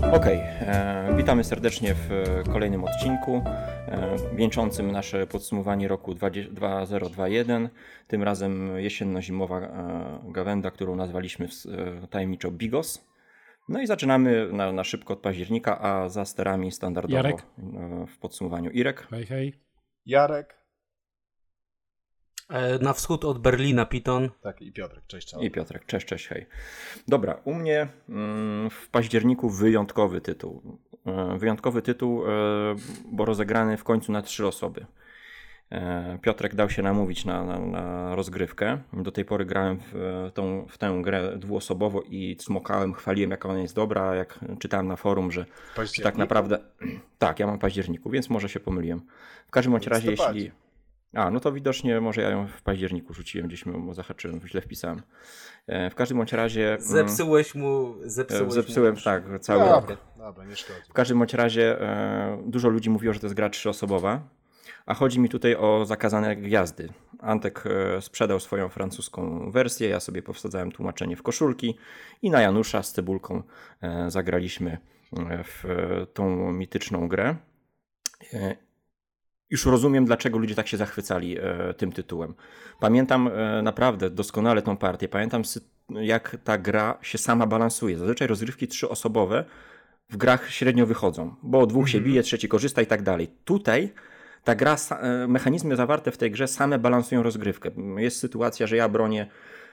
Okej, witamy serdecznie w kolejnym odcinku wieńczącym nasze podsumowanie roku 2021. Tym razem jesienno-zimowa gawenda, którą nazwaliśmy tajemniczo Bigos. No i zaczynamy na szybko od października, a za sterami standardowo Jarek. W podsumowaniu Irek. Hej, hej. Jarek. Na wschód od Berlina Piton. Tak, i Piotrek, cześć. I Piotrek, cześć, hej. Dobra, u mnie w październiku wyjątkowy tytuł. Wyjątkowy tytuł, bo rozegrany w końcu na 3 osoby. Piotrek dał się namówić na rozgrywkę. Do tej pory grałem w tę grę dwuosobowo i cmokałem, chwaliłem, jak ona jest dobra. Jak czytałem na forum, że tak naprawdę... Tak, ja mam w październiku, więc może się pomyliłem. W każdym bądź razie, jeśli... no to widocznie może ja ją w październiku rzuciłem, gdzieś mu zahaczyłem, źle wpisałem. W każdym bądź razie... Zepsułem, tak, cały rok. Dobra, nie szkodzi. W każdym bądź razie dużo ludzi mówiło, że to jest gra 3-osobowa, a chodzi mi tutaj o Zakazane Gwiazdy. Antek sprzedał swoją francuską wersję, ja sobie powsadzałem tłumaczenie w koszulki i na Janusza z Cebulką zagraliśmy w tą mityczną grę. Już rozumiem, dlaczego ludzie tak się zachwycali tym tytułem. Pamiętam naprawdę doskonale tą partię. Pamiętam, jak ta gra się sama balansuje. Zazwyczaj rozgrywki 3-osobowe w grach średnio wychodzą, bo 2 się bije, 3 korzysta i tak dalej. Tutaj ta gra, mechanizmy zawarte w tej grze same balansują rozgrywkę. Jest sytuacja, że ja bronię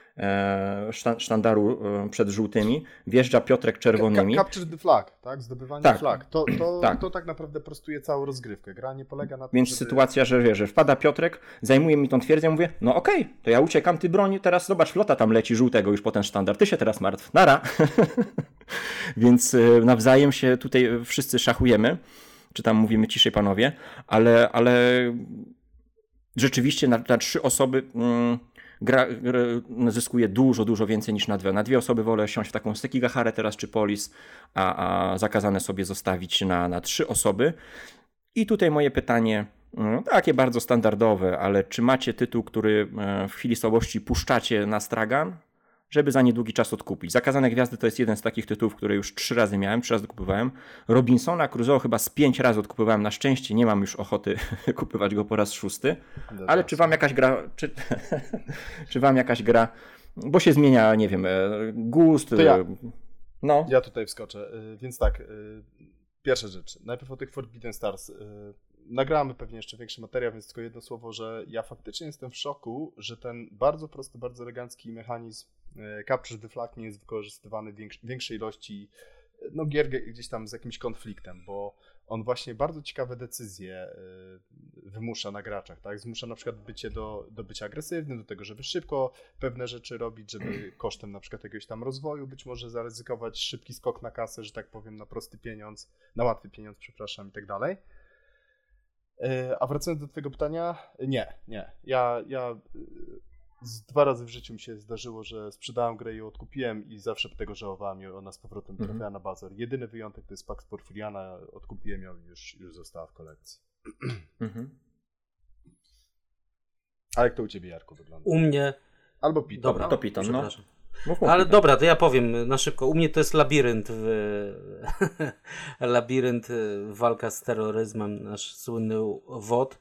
sztandaru przed żółtymi, wjeżdża Piotrek czerwonymi. Capture the flag, tak? Zdobywanie flag. To tak naprawdę prostuje całą rozgrywkę. Gra nie polega na tym, Więc sytuacja, że wpada Piotrek, zajmuje mi tą twierdzę, mówię, no okej, to ja uciekam, ty broń, teraz zobacz, flota tam leci żółtego już po ten sztandar, ty się teraz martw, nara. Więc nawzajem się tutaj wszyscy szachujemy, czy tam mówimy ciszej panowie, ale rzeczywiście na 3 osoby... Gra zyskuje dużo więcej niż na 2. Na 2 osoby wolę siąść w taką Sekigahara teraz czy Polis, a Zakazane sobie zostawić na 3 osoby. I tutaj moje pytanie, takie bardzo standardowe, ale czy macie tytuł, który w chwili słabości puszczacie na stragan, żeby za niedługi czas odkupić? Zakazane Gwiazdy to jest jeden z takich tytułów, które już 3 razy miałem, 3 razy kupowałem. Robinsona Crusoe chyba z 5 razy odkupowałem. Na szczęście nie mam już ochoty kupować go po raz 6. Ale czy wam jakaś gra, czy wam jakaś gra, bo się zmienia, nie wiem, gust. To ja tutaj wskoczę. Więc tak, pierwsza rzecz. Najpierw o tych Forbidden Stars. Nagramy pewnie jeszcze większy materiał, więc tylko jedno słowo, że ja faktycznie jestem w szoku, że ten bardzo prosty, bardzo elegancki mechanizm Capture the Flag nie jest wykorzystywany w większej ilości gier gdzieś tam z jakimś konfliktem, bo on właśnie bardzo ciekawe decyzje wymusza na graczach, tak? Zmusza na przykład do bycia agresywnym, do tego, żeby szybko pewne rzeczy robić, żeby kosztem na przykład jakiegoś tam rozwoju być może zaryzykować szybki skok na kasę, że tak powiem, na prosty pieniądz, na łatwy pieniądz, przepraszam, i tak dalej. A wracając do twojego pytania, nie. Ja 2 razy w życiu mi się zdarzyło, że sprzedałem grę i ją odkupiłem i zawsze tego żałowałem i ona z powrotem trafiała na bazar. Jedyny wyjątek to jest Pax Porfiriana, odkupiłem ją i już została w kolekcji. A jak to u ciebie, Jarku, wygląda? U mnie... Albo Piton. Dobra, to Piton, no. Ale dobra, to ja powiem na szybko. U mnie to jest labirynt. Labirynt, walka z terroryzmem, nasz słynny WOT.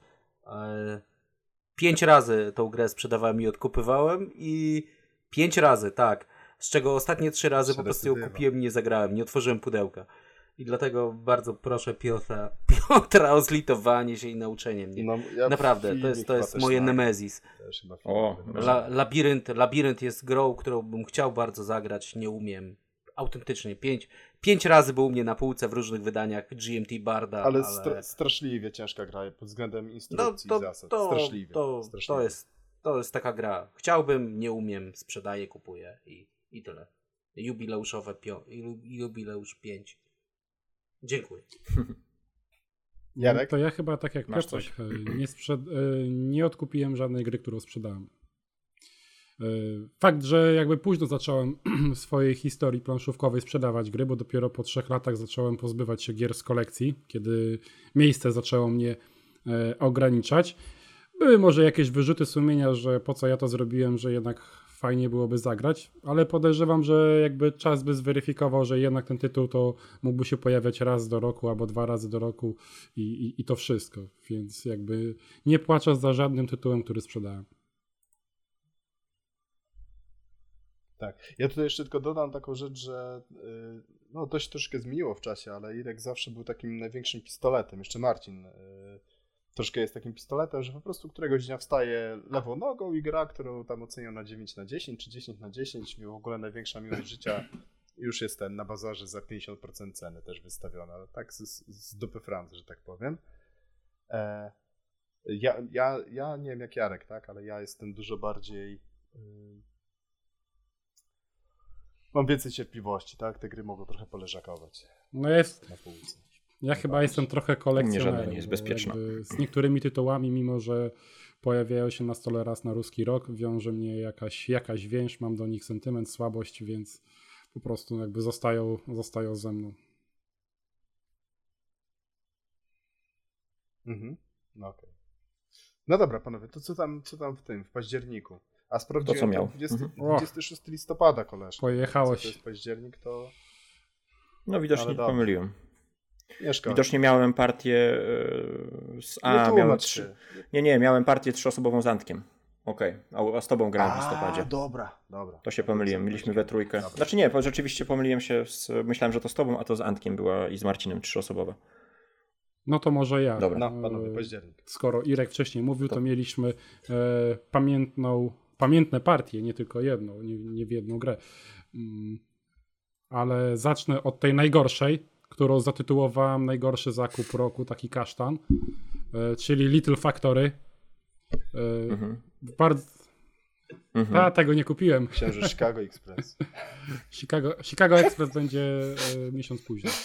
5 razy tą grę sprzedawałem i odkupywałem i 5 razy, tak. Z czego ostatnie 3 razy po prostu ją kupiłem i nie zagrałem, nie otworzyłem pudełka. I dlatego bardzo proszę Piotra o zlitowanie się i nauczenie mnie. Naprawdę, to jest moje Nemezis. Labirynt jest grą, którą bym chciał bardzo zagrać, nie umiem. Autentycznie. 5 razy był u mnie na półce w różnych wydaniach GMT Barda. Ale straszliwie ciężka gra pod względem instrukcji i zasad. Straszliwie. To jest taka gra. Chciałbym, nie umiem, sprzedaję, kupuję i tyle. Jubileusz 5. Dziękuję. Jarek? To ja chyba tak jak Piotrek, nie odkupiłem żadnej gry, którą sprzedałem. Fakt, że jakby późno zacząłem w swojej historii planszówkowej sprzedawać gry, bo dopiero po 3 latach zacząłem pozbywać się gier z kolekcji, kiedy miejsce zaczęło mnie ograniczać. Były może jakieś wyrzuty sumienia, że po co ja to zrobiłem, że jednak fajnie byłoby zagrać, ale podejrzewam, że jakby czas by zweryfikował, że jednak ten tytuł to mógłby się pojawiać raz do roku albo 2 razy do roku i to wszystko, więc jakby nie płaczę za żadnym tytułem, który sprzedałem. Tak. Ja tutaj jeszcze tylko dodam taką rzecz, że no to się troszkę zmieniło w czasie, ale Irek zawsze był takim największym pistoletem. Jeszcze Marcin troszkę jest takim pistoletem, że po prostu któregoś dnia wstaje lewą nogą i gra, którą tam oceniał na 9/10 czy 10/10, w ogóle największa miłość życia, już jest ten na bazarze za 50% ceny też wystawiona, ale tak z dupy Francji, że tak powiem. Ja nie wiem jak Jarek, tak, ale ja jestem dużo bardziej... Mam więcej cierpliwości, tak? Te gry mogą trochę poleżakować. No jest... Na półce. Ja chyba jestem trochę kolekcjonerem. Nie jest bezpieczna. Z niektórymi tytułami, mimo że pojawiają się na stole raz na ruski rok, wiąże mnie jakaś więź, mam do nich sentyment, słabość, więc po prostu jakby zostają ze mną. No okej. No dobra, panowie, to co tam w październiku? A sprawdziłem, to co miał? 26 listopada, koleż. Pojechałeś. To jest październik, to... No widocznie pomyliłem. Widocznie miałem partię miałem partię 3-osobową z Antkiem. Okej, a z tobą grałem w listopadzie. Dobra. To się pomyliłem, mieliśmy we trójkę. Dobra. Znaczy nie, rzeczywiście pomyliłem się, myślałem, że to z tobą, a to z Antkiem była i z Marcinem 3-osobowa. No to może ja. Dobra. No, panowie, październik. Skoro Irek wcześniej mówił, to mieliśmy pamiętne partie, nie tylko jedną, nie w jedną grę. Ale zacznę od tej najgorszej, którą zatytułowałem najgorszy zakup roku, taki kasztan, czyli Little Factory. Bardzo... tego nie kupiłem. Myślałem, że Chicago Express. Chicago Express będzie miesiąc później.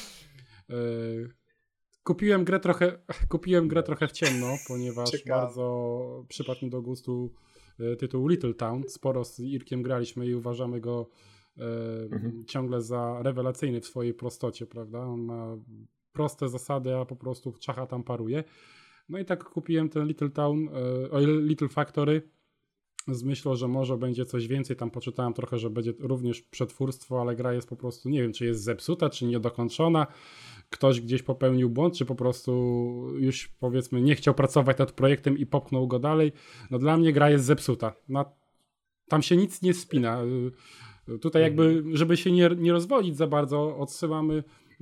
Kupiłem grę trochę w ciemno, ponieważ bardzo przypadł mi do gustu tytuł Little Town. Sporo z Irkiem graliśmy i uważamy go ciągle za rewelacyjny w swojej prostocie, prawda? On ma proste zasady, a po prostu czacha tam paruje. No i tak kupiłem ten Little Factory z myślą, że może będzie coś więcej. Tam poczytałem trochę, że będzie również przetwórstwo, ale gra jest po prostu, nie wiem, czy jest zepsuta, czy niedokończona. Ktoś gdzieś popełnił błąd, czy po prostu już powiedzmy nie chciał pracować nad projektem i popchnął go dalej. No dla mnie gra jest zepsuta. Tam się nic nie spina. Tutaj jakby, żeby się nie rozwodzić za bardzo, odsyłamy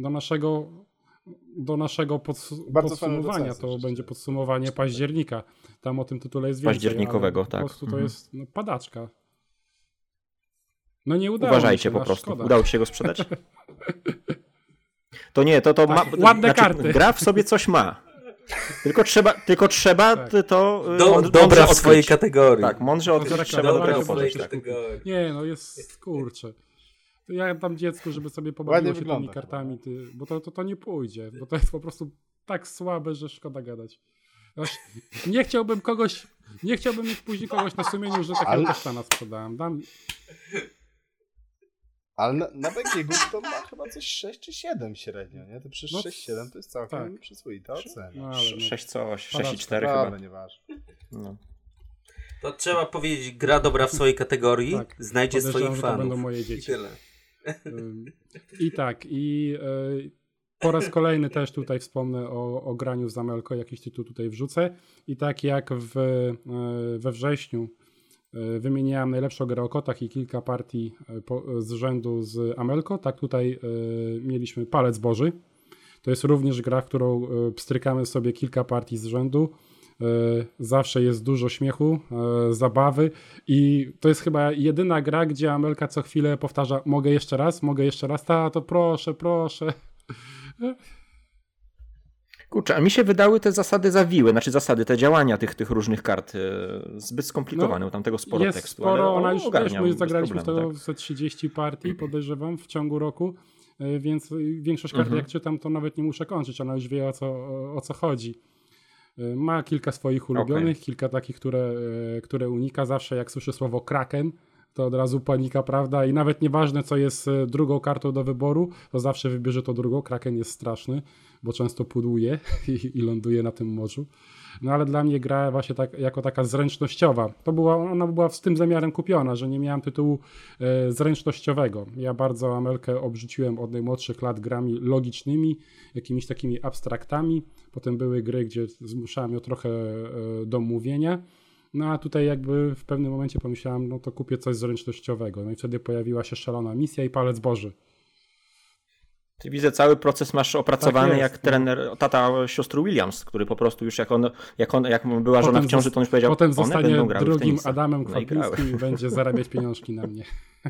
do naszego podsumowania. To będzie podsumowanie października. Tam o tym tytule jest więcej. Październikowego, tak. Po prostu to jest padaczka. No nie udało Uważajcie się, po prostu. Szkoda. Udało ci się go sprzedać? To nie, to tak, ma... Ładne karty. Gra w sobie coś ma. Tylko trzeba tak. to dobra w swojej kategorii. Tak, mądrze odkryć, trzeba do tego podejść. Tak. Nie, no jest, kurczę. Ja dam dziecku, żeby sobie pobawiło się tymi kartami, bo to nie pójdzie, bo to jest po prostu tak słabe, że szkoda gadać. Nie chciałbym mieć później kogoś na sumieniu, że takiego kasztana sprzedałem. Ale na BGG to ma chyba coś 6 czy 7 średnio, nie? To przecież 6-7 to jest całkiem przyzwoita ocena. 6,4 chyba. Ale nieważne. No. To trzeba powiedzieć, gra dobra w swojej kategorii, tak, znajdzie swoich fanów. To będą moje dzieci. I tyle. Po raz kolejny też tutaj wspomnę o graniu z Amelko, jakiś tytuł tutaj wrzucę. I tak jak we wrześniu wymieniałem najlepszą grę o kotach i kilka partii z rzędu z Amelko, tak tutaj mieliśmy Palec Boży. To jest również gra, w którą pstrykamy sobie kilka partii z rzędu. Zawsze jest dużo śmiechu, zabawy i to jest chyba jedyna gra, gdzie Amelka co chwilę powtarza: mogę jeszcze raz, to proszę. Kurczę, a mi się wydały te zasady zawiłe, te działania tych różnych kart zbyt skomplikowane, tam tego sporo jest tekstu. Sporo, ale ona już my zagraliśmy problemu, ze 30 partii, podejrzewam, w ciągu roku, więc większość kart jak czytam, to nawet nie muszę kończyć, ona już wie o co chodzi. Ma kilka swoich ulubionych, kilka takich, które unika. Zawsze jak słyszę słowo Kraken, to od razu panika, prawda? I nawet nieważne, co jest drugą kartą do wyboru, to zawsze wybierze to drugą. Kraken jest straszny, bo często pudłuje i ląduje na tym morzu. No ale dla mnie gra właśnie jako taka zręcznościowa. Ona była z tym zamiarem kupiona, że nie miałem tytułu zręcznościowego. Ja bardzo Amelkę obrzuciłem od najmłodszych lat grami logicznymi, jakimiś takimi abstraktami. Potem były gry, gdzie zmuszałem ją trochę do mówienia. No a tutaj jakby w pewnym momencie pomyślałem, no to kupię coś zręcznościowego. No i wtedy pojawiła się szalona misja i palec Boży. Ty widzę, cały proces masz opracowany tak jest, jak trener, tata siostry Williams, który po prostu już jak była żona w ciąży, to on już powiedział, potem zostanie drugim Adamem Kwapińskim i będzie zarabiać pieniążki na mnie.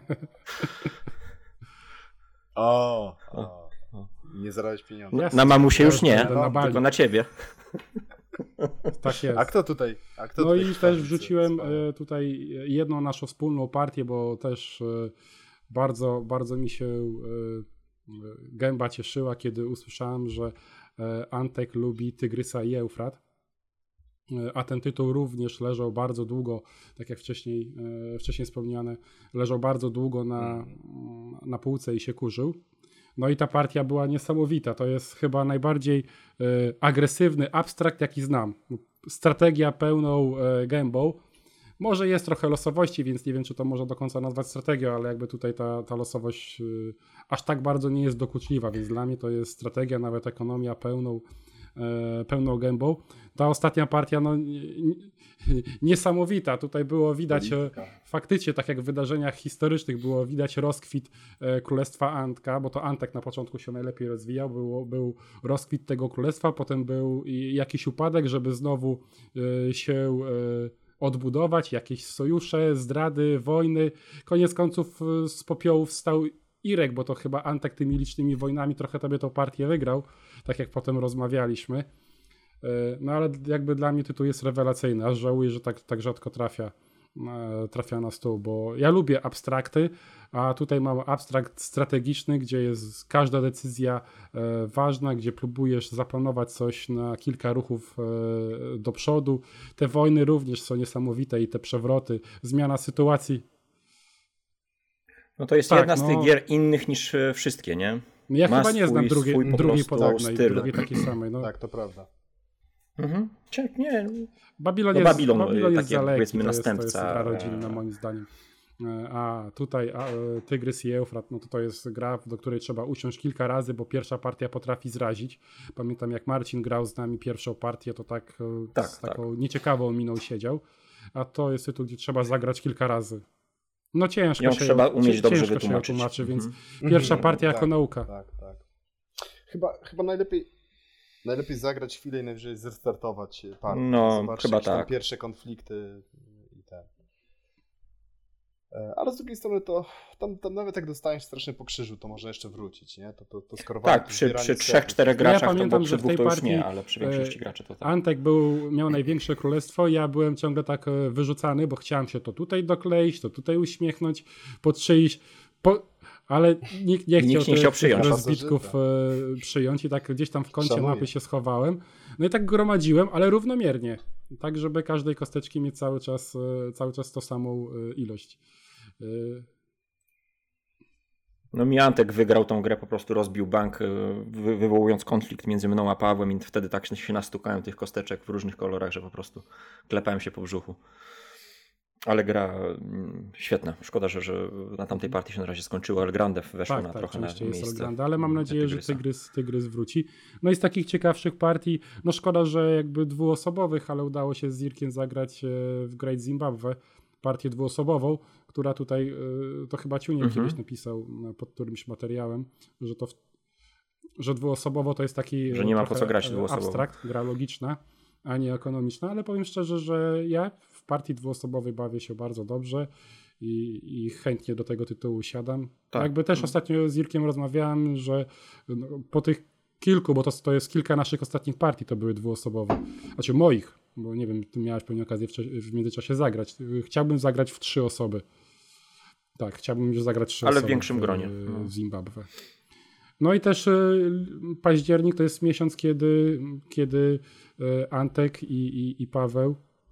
Nie zarabiać pieniążki. Na mamusie już nie, tylko na ciebie. Tak jest. A kto tutaj? No i też wrzuciłem tutaj jedną naszą wspólną partię, bo też bardzo, bardzo mi się gęba cieszyła, kiedy usłyszałem, że Antek lubi Tygrysa i Eufrat, a ten tytuł również leżał bardzo długo, tak jak wcześniej wspomniane, leżał bardzo długo na półce i się kurzył. No i ta partia była niesamowita. To jest chyba najbardziej agresywny abstrakt, jaki znam. Strategia pełną gębą. Może jest trochę losowości, więc nie wiem, czy to można do końca nazwać strategią, ale jakby tutaj ta losowość aż tak bardzo nie jest dokuczliwa, więc dla mnie to jest strategia, nawet ekonomia pełną gębą. Ta ostatnia partia, no niesamowita. Tutaj było widać faktycznie, tak jak w wydarzeniach historycznych, było widać rozkwit królestwa Antka, bo to Antek na początku się najlepiej rozwijał, był rozkwit tego królestwa, potem był jakiś upadek, żeby znowu się odbudować, jakieś sojusze, zdrady, wojny. Koniec końców z popiołów wstał Irek, bo to chyba Antek tymi licznymi wojnami trochę tobie tą partię wygrał, tak jak potem rozmawialiśmy. No ale jakby dla mnie tytuł jest rewelacyjny, aż żałuję, że tak rzadko trafia na stół, bo ja lubię abstrakty, a tutaj mam abstrakt strategiczny, gdzie jest każda decyzja ważna, gdzie próbujesz zaplanować coś na kilka ruchów do przodu. Te wojny również są niesamowite i te przewroty, zmiana sytuacji. No to jest jedna z tych gier innych niż wszystkie, nie? Ja chyba nie znam drugiej podobnej, drugiej takiej samej. No. Tak, to prawda. Mhm. Nie. Babylon jest za lekki, powiedzmy następca. To jest gra rodzinna moim zdaniem. A tutaj Tygrys i Eufrat, no to jest gra, do której trzeba usiąść kilka razy, bo pierwsza partia potrafi zrazić. Pamiętam, jak Marcin grał z nami pierwszą partię, to z taką nieciekawą miną siedział. A to jest tytuł, gdzie trzeba zagrać kilka razy. No ciężko się trzeba umieć dobrze wytłumaczyć. Więc pierwsza partia jako nauka. Tak. Chyba najlepiej zagrać chwilę i najwyżej zrestartować partię. No, zobaczyć chyba tak. Tam pierwsze konflikty i ten. Ale z drugiej strony to tam nawet jak dostaniesz strasznie po krzyżu, to może jeszcze wrócić, nie? To skoro tak, przy 3-4 graczach ja pamiętam, to, że w tej partii nie, ale przy większości graczy to tak. Antek miał największe królestwo, ja byłem ciągle tak wyrzucany, bo chciałem się to tutaj dokleić, to tutaj uśmiechnąć, podszyić, ale nikt nie chciał tych rozbitków przyjąć i tak gdzieś tam w kącie mapy się schowałem. No i tak gromadziłem, ale równomiernie, tak żeby każdej kosteczki mieć cały czas tą samą ilość. No mi Antek wygrał tą grę, po prostu rozbił bank, wywołując konflikt między mną a Pawłem i wtedy tak się nastukałem tych kosteczek w różnych kolorach, że po prostu klepałem się po brzuchu. Ale gra świetna. Szkoda, że na tamtej partii się na razie skończyło. El Grande weszło na trochę na miejsce. Grande, ale mam nadzieję, że Tygrys wróci. No i z takich ciekawszych partii, no szkoda, że jakby dwuosobowych, ale udało się z Irkiem zagrać w Great Zimbabwe partię dwuosobową, która tutaj, to chyba Ciuniek kiedyś napisał pod którymś materiałem, że dwuosobowo to jest taki że nie ma po co grać dwuosobowo. Abstrakt, gra logiczna, a nie ekonomiczna, ale powiem szczerze, że ja w partii dwuosobowej bawię się bardzo dobrze i chętnie do tego tytułu siadam. Tak. Jakby też ostatnio z Irkiem rozmawiałem, że po tych kilku, bo to jest kilka naszych ostatnich partii, to były dwuosobowe. Znaczy moich, bo nie wiem, ty miałeś pewnie okazję w międzyczasie zagrać. Chciałbym zagrać w 3 osoby. Tak, chciałbym zagrać 3 osoby. Ale w większym gronie. W Zimbabwe. No i też październik to jest miesiąc, kiedy Antek i Paweł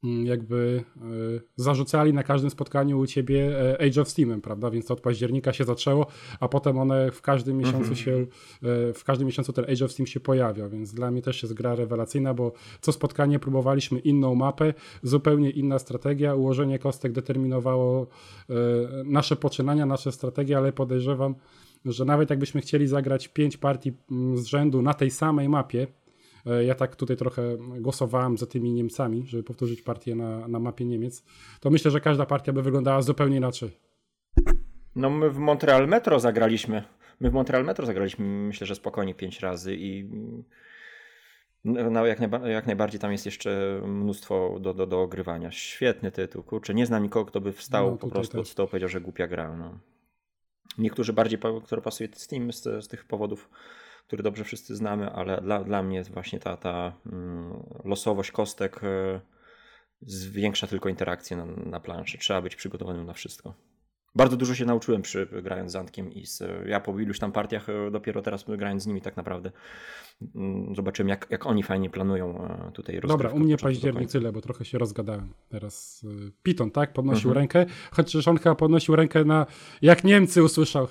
jakby zarzucali na każdym spotkaniu u ciebie Age of Steamem, prawda? Więc to od października się zaczęło, a potem one w każdym miesiącu w każdym miesiącu ten Age of Steam się pojawia, więc dla mnie też jest gra rewelacyjna, bo co spotkanie próbowaliśmy inną mapę, zupełnie inna strategia, ułożenie kostek determinowało nasze poczynania, nasze strategie, ale podejrzewam, że nawet jakbyśmy chcieli zagrać 5 partii z rzędu na tej samej mapie, ja tak tutaj trochę głosowałem za tymi Niemcami, żeby powtórzyć partię na mapie Niemiec, to myślę, że każda partia by wyglądała zupełnie inaczej. No my w Montreal Metro zagraliśmy. Myślę, że spokojnie 5 razy i no, jak najbardziej tam jest jeszcze mnóstwo do ogrywania. Świetny tytuł, kurczę, nie znam nikogo, kto by wstał po prostu od stołu, powiedział, że głupia gra. No. Niektórzy bardziej, które pasuje Steam z tych powodów, który dobrze wszyscy znamy, ale dla mnie właśnie ta losowość kostek zwiększa tylko interakcję na planszy. Trzeba być przygotowanym na wszystko. Bardzo dużo się nauczyłem grając z Antkiem i ja po iluś tam partiach dopiero teraz grając z nimi tak naprawdę zobaczyłem jak oni fajnie planują tutaj rozgrywkę. Dobra, u mnie październik tyle, bo trochę się rozgadałem. Teraz Piton, tak? Podnosił rękę, chociaż on chyba podnosił rękę jak Niemcy usłyszał.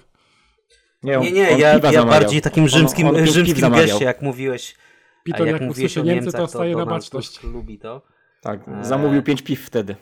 Ja bardziej takim rzymskim geście, jak mówiłeś. Piton, jak usłyszy Niemcy, to staje na baczność. Lubi to. Tak, zamówił 5 piw wtedy.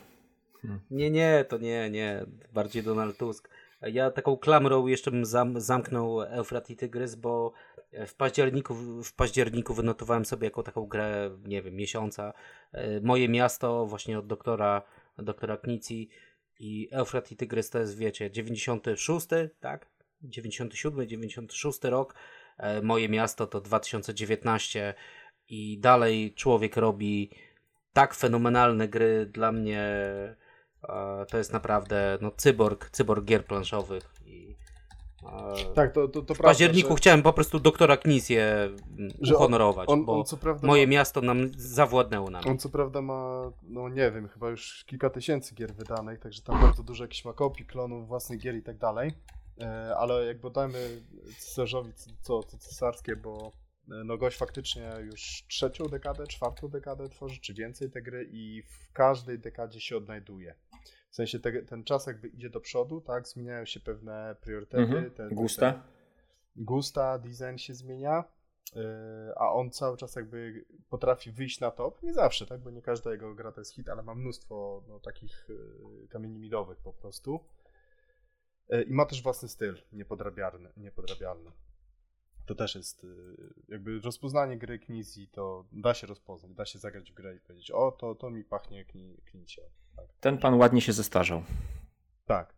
Nie, bardziej Donald Tusk. Ja taką klamrą jeszcze bym zamknął Eufrat i Tygrys, bo w październiku wynotowałem sobie jako taką grę, nie wiem, miesiąca. Moje miasto właśnie od doktora Knici i Eufrat i Tygrys to jest, wiecie, 96, tak? 97, 96 rok. Moje miasto to 2019 i dalej człowiek robi tak fenomenalne gry. Dla mnie to jest naprawdę cyborg gier planszowych. Tak, to w październiku chciałem po prostu doktora Knisję uhonorować, bo co prawda moje miasto zawładnęło nami. On co prawda ma, no nie wiem, chyba już kilka tysięcy gier wydanych, także tam bardzo dużo jakichś ma kopii, klonów, własnych gier i tak dalej. Ale jakby dajmy cesarzowi co cesarskie, bo no gość faktycznie już 3. dekadę, 4. dekadę tworzy, czy więcej te gry i w każdej dekadzie się odnajduje. W sensie ten czas jakby idzie do przodu, tak? Zmieniają się pewne priorytety. Gusta, design się zmienia, a on cały czas jakby potrafi wyjść na top. Nie zawsze, tak? Bo nie każda jego gra to jest hit, ale ma mnóstwo takich kamieni milowych po prostu. I ma też własny styl, niepodrabialny. To też jest jakby rozpoznanie gry Knizji, to da się rozpoznać, da się zagrać w grę i powiedzieć, to mi pachnie Knizia. Tak. Ten pan ładnie się zestarzał. Tak.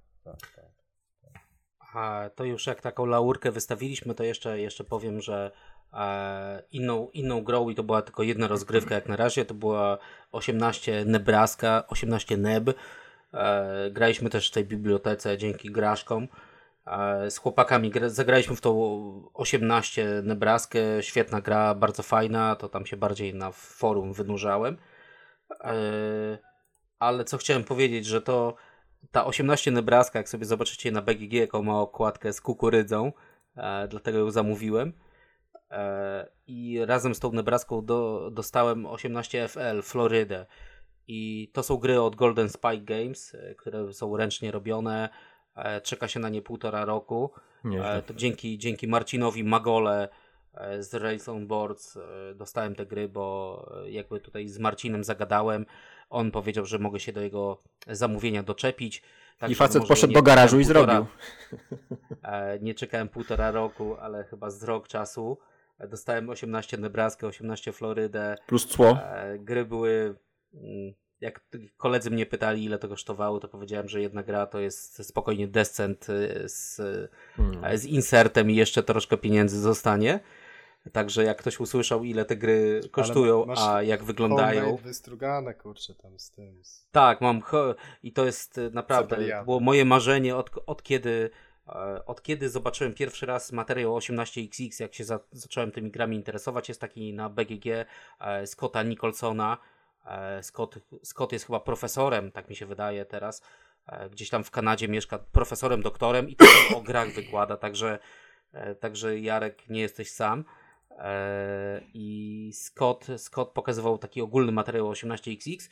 A to już jak taką laurkę wystawiliśmy, to jeszcze powiem, że inną grą i to była tylko jedna rozgrywka jak na razie, to była 18 Nebraska, 18 Neb. Graliśmy też w tej bibliotece dzięki Graszkom. Z chłopakami zagraliśmy w tą 18 Nebraskę, świetna gra, bardzo fajna, to tam się bardziej na forum wynurzałem. Ale co chciałem powiedzieć, że ta 18 Nebraska, jak sobie zobaczycie na BGG, jaką ma okładkę z kukurydzą, dlatego ją zamówiłem. I razem z tą Nebraską dostałem 18 FL, Florydę. I to są gry od Golden Spike Games, które są ręcznie robione. Czeka się na nie 1,5 roku. To dzięki Marcinowi Magole z Race on Boards dostałem te gry, bo jakby tutaj z Marcinem zagadałem. On powiedział, że mogę się do jego zamówienia doczepić. Tak, i facet poszedł do garażu i zrobił. Nie czekałem 1,5 roku, ale chyba z rok czasu. Dostałem 18 Nebraskę, 18 Florydę. Plus cło. Gry były... Jak koledzy mnie pytali, ile to kosztowało, to powiedziałem, że jedna gra to jest spokojnie Descent z insertem i jeszcze troszkę pieniędzy zostanie. Także jak ktoś usłyszał, ile te gry kosztują, a jak wyglądają... wystrugane, kurczę, tam z tym. Tak, mam i to jest naprawdę, to było moje marzenie od kiedy zobaczyłem pierwszy raz materiał 18XX, jak się zacząłem tymi grami interesować. Jest taki na BGG Scotta Nicholsona. Scott jest chyba profesorem, tak mi się wydaje teraz. Gdzieś tam w Kanadzie mieszka, profesorem, doktorem i też o grach wykłada, także Jarek, nie jesteś sam. I Scott pokazywał taki ogólny materiał 18XX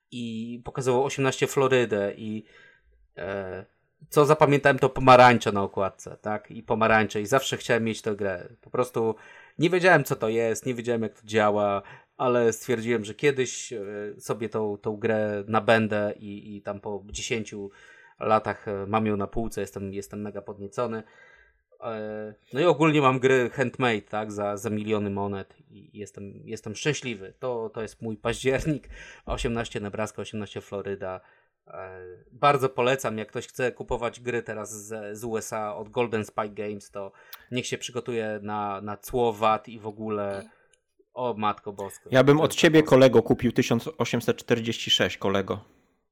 i pokazywał 18 Florydę i co zapamiętałem, to pomarańcze na okładce, tak? I pomarańcze i zawsze chciałem mieć tę grę. Po prostu nie wiedziałem, co to jest, nie wiedziałem, jak to działa, ale stwierdziłem, że kiedyś sobie tą grę nabędę i tam po 10 latach mam ją na półce, jestem mega podniecony. No i ogólnie mam gry handmade, tak, za miliony monet i jestem szczęśliwy. To jest mój październik, 18 Nebraska, 18 Floryda. Bardzo polecam, jak ktoś chce kupować gry teraz z USA od Golden Spike Games, to niech się przygotuje na cło, VAT i w ogóle. O matko bosko. Ja bym od ciebie, kolego, kupił 1846, kolego.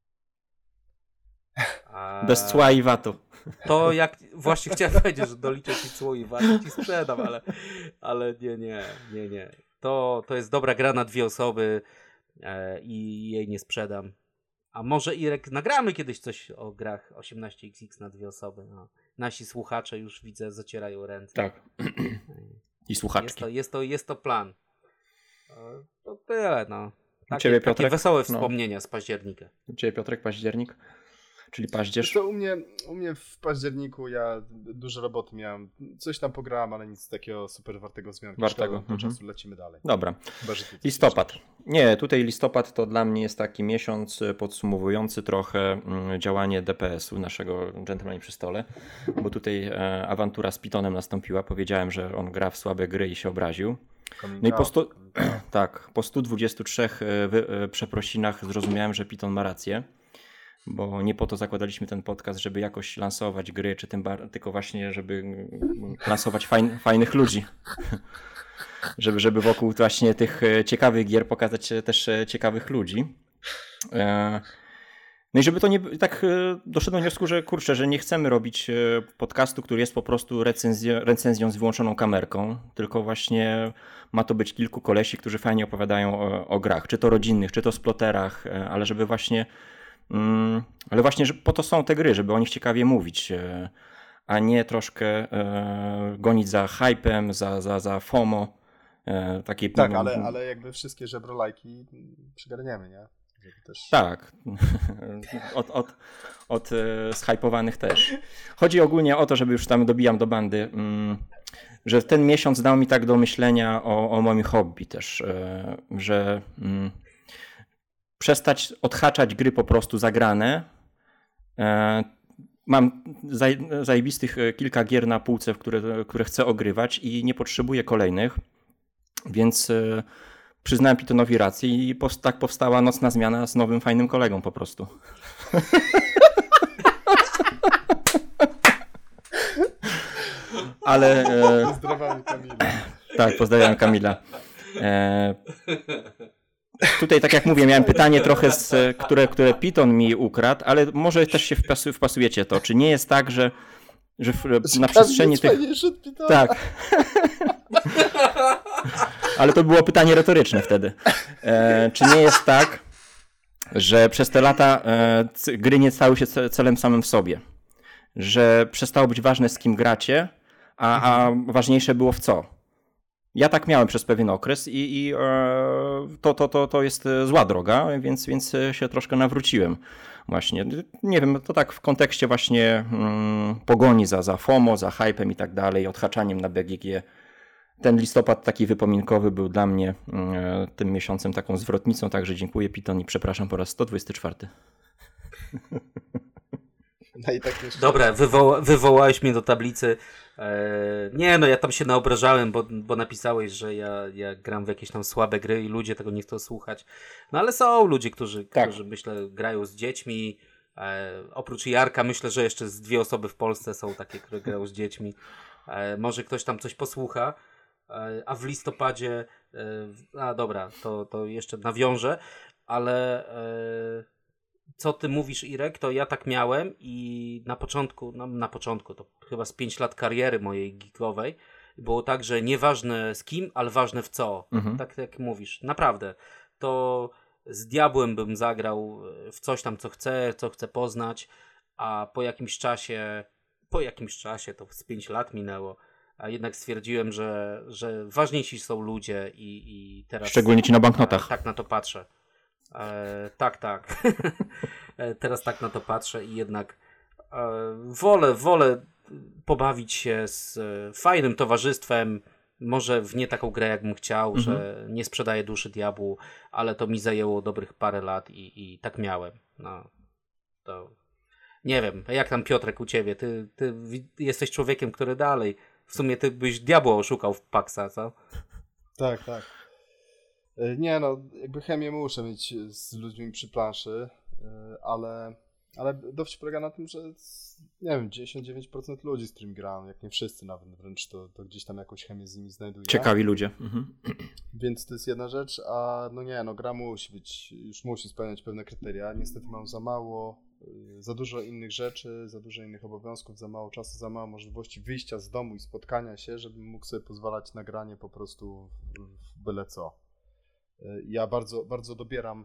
Bez cła i VAT-u. To jak właśnie chciałem powiedzieć, że doliczę ci cło i VAT i ci sprzedam, ale nie. To jest dobra gra na 2 osoby i jej nie sprzedam. A może, Irek, nagramy kiedyś coś o grach 18XX na 2 osoby. No. Nasi słuchacze już widzę, zacierają ręce. Tak. I słuchaczki. Jest to plan. To tyle, no. Takie wesołe wspomnienia z października. U ciebie, Piotrek, październik? Czyli paździerz? To u mnie w październiku ja dużo roboty miałem. Coś tam pograłem, ale nic takiego super wartego wzmianki. Wartego. Po czasu lecimy dalej. Dobra. Listopad. Nie, tutaj listopad to dla mnie jest taki miesiąc podsumowujący trochę działanie DPS-u, naszego Gentleman przy stole, bo tutaj awantura z Pitonem nastąpiła. Powiedziałem, że on gra w słabe gry i się obraził. No i po 123 przeprosinach zrozumiałem, że Piton ma rację. Bo nie po to zakładaliśmy ten podcast, żeby jakoś lansować gry, czy tylko właśnie, żeby lansować fajnych ludzi. żeby wokół właśnie tych ciekawych gier pokazać też ciekawych ludzi. No i żeby to nie tak doszedłem do wniosku, że kurczę, że nie chcemy robić podcastu, który jest po prostu recenzją z wyłączoną kamerką, tylko właśnie ma to być kilku kolesi, którzy fajnie opowiadają o grach, czy to rodzinnych, czy to sploterach, ale żeby właśnie ale właśnie że po to są te gry, żeby o nich ciekawie mówić, a nie troszkę gonić za hypem, za FOMO. Tak, ale jakby wszystkie żebrolajki przygarniemy, nie? Też... Tak, od zhypowanych też. Chodzi ogólnie o to, żeby już tam dobijam do bandy, że ten miesiąc dał mi tak do myślenia o moim hobby też, że przestać odhaczać gry po prostu zagrane. Mam zajebistych kilka gier na półce, które chcę ogrywać i nie potrzebuję kolejnych, więc przyznałem Pitonowi rację i tak powstała nocna zmiana z nowym, fajnym kolegą po prostu. Ale... Pozdrawiam Kamila. Tak, pozdrawiam Kamila. Tutaj, tak jak mówię, miałem pytanie trochę, które Piton mi ukradł, ale może też się wpasujecie to. Czy nie jest tak, że na przestrzeni tych... Tak. Ale to było pytanie retoryczne wtedy. Czy nie jest tak, że przez te lata gry nie stały się celem samym w sobie? Że przestało być ważne, z kim gracie, a ważniejsze było w co? Ja tak miałem przez pewien okres i to jest zła droga, więc się troszkę nawróciłem właśnie. Nie wiem, to tak w kontekście właśnie pogoni za FOMO, za hypem i tak dalej, odhaczaniem na BGG. Ten listopad taki wypominkowy był dla mnie tym miesiącem taką zwrotnicą, także dziękuję Piton i przepraszam po raz 124. No i tak jeszcze... Dobra, wywołałeś mnie do tablicy. Nie, no ja tam się naobrażałem, bo napisałeś, że ja gram w jakieś tam słabe gry i ludzie tego nie chcą słuchać. No ale są ludzie, którzy myślę grają z dziećmi. Oprócz Jarka myślę, że jeszcze z 2 osoby w Polsce są takie, które grają z dziećmi. Może ktoś tam coś posłucha. A w listopadzie, dobra, to jeszcze nawiążę, ale co ty mówisz, Irek, to ja tak miałem i na początku, to chyba z 5 lat kariery mojej geekowej, było tak, że nieważne z kim, ale ważne w co. Tak jak mówisz, naprawdę. To z diabłem bym zagrał w coś tam, co chcę poznać, a po jakimś czasie, to z 5 lat minęło, a jednak stwierdziłem, że ważniejsi są ludzie i teraz... Szczególnie ci na banknotach. Tak na to patrzę. Tak. Teraz tak na to patrzę i jednak wolę pobawić się z fajnym towarzystwem, może w nie taką grę, jak bym chciał, że nie sprzedaję duszy diabłu, ale to mi zajęło dobrych parę lat i tak miałem. No, to nie wiem, jak tam Piotrek u ciebie? Ty jesteś człowiekiem, który dalej, w sumie ty byś diabła oszukał w Paxa, co? Tak. Nie no, jakby chemię muszę mieć z ludźmi przy planszy, ale dowcip polega na tym, że nie wiem, 99% ludzi, z którymi grałem, jak nie wszyscy nawet wręcz, to gdzieś tam jakąś chemię z nimi znajduję. Ciekawi ludzie. Więc to jest jedna rzecz, a gra musi być, już musi spełniać pewne kryteria. Niestety mam za dużo innych rzeczy, za dużo innych obowiązków, za mało czasu, za mało możliwości wyjścia z domu i spotkania się, żebym mógł sobie pozwalać na granie po prostu w byle co. Ja bardzo dobieram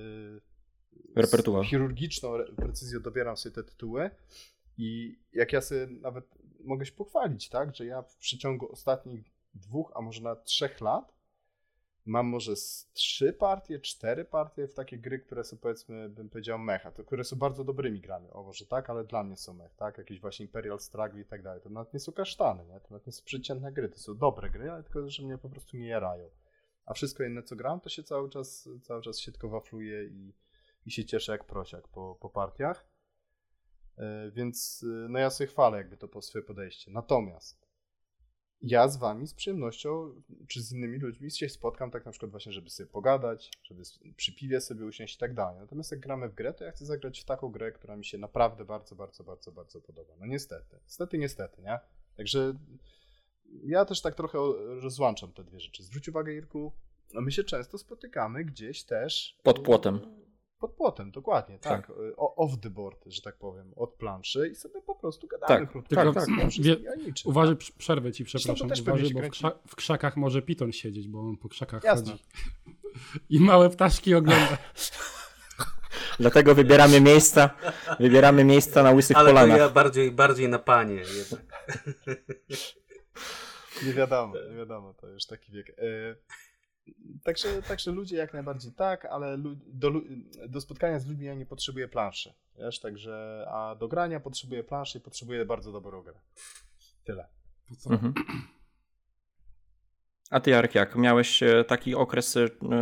repertuar. Chirurgiczną precyzją dobieram sobie te tytuły i jak ja sobie nawet mogę się pochwalić, tak, że ja w przeciągu ostatnich 2, a może nawet 3 lat mam może 3 partie, 4 partie w takie gry, które są, powiedzmy, bym powiedział mecha, które są bardzo dobrymi grami, może tak, ale dla mnie są mech, tak, jakieś właśnie Imperial Struggle i tak dalej, to nawet nie są kasztany, nie? To nawet nie są przeciętne gry, to są dobre gry, ale tylko, że mnie po prostu nie jarają. A wszystko inne, co gram, to się cały czas się tylko wafluje i się cieszę jak prosiak po partiach. Więc no ja sobie chwalę jakby to swoje podejście. Natomiast ja z wami z przyjemnością, czy z innymi ludźmi się spotkam tak na przykład właśnie, żeby sobie pogadać, żeby przy piwie sobie usiąść i tak dalej. Natomiast jak gramy w grę, to ja chcę zagrać w taką grę, która mi się naprawdę bardzo podoba. No niestety, nie? Także ja też tak trochę rozłączam te dwie rzeczy. Zwróć uwagę, Irku, my się często spotykamy gdzieś też... Pod płotem. Pod płotem, dokładnie, tak. Off the board, że tak powiem, od planszy i sobie po prostu gadamy. Tak. Uważaj, przerwę ci, przepraszam. Uważaj, bo w krzakach może piton siedzieć, bo on po krzakach chodzi. I małe ptaszki ogląda. Dlatego wybieramy miejsca na łysych polanach. Ale ja bardziej na panie jednak. Nie wiadomo, to już taki wiek. Także ludzie jak najbardziej tak, ale do spotkania z ludźmi ja nie potrzebuję planszy, wiesz, także, a do grania potrzebuję planszy i potrzebuję bardzo dobrą grę. Tyle. A ty, Jarek, jak? Miałeś taki okres,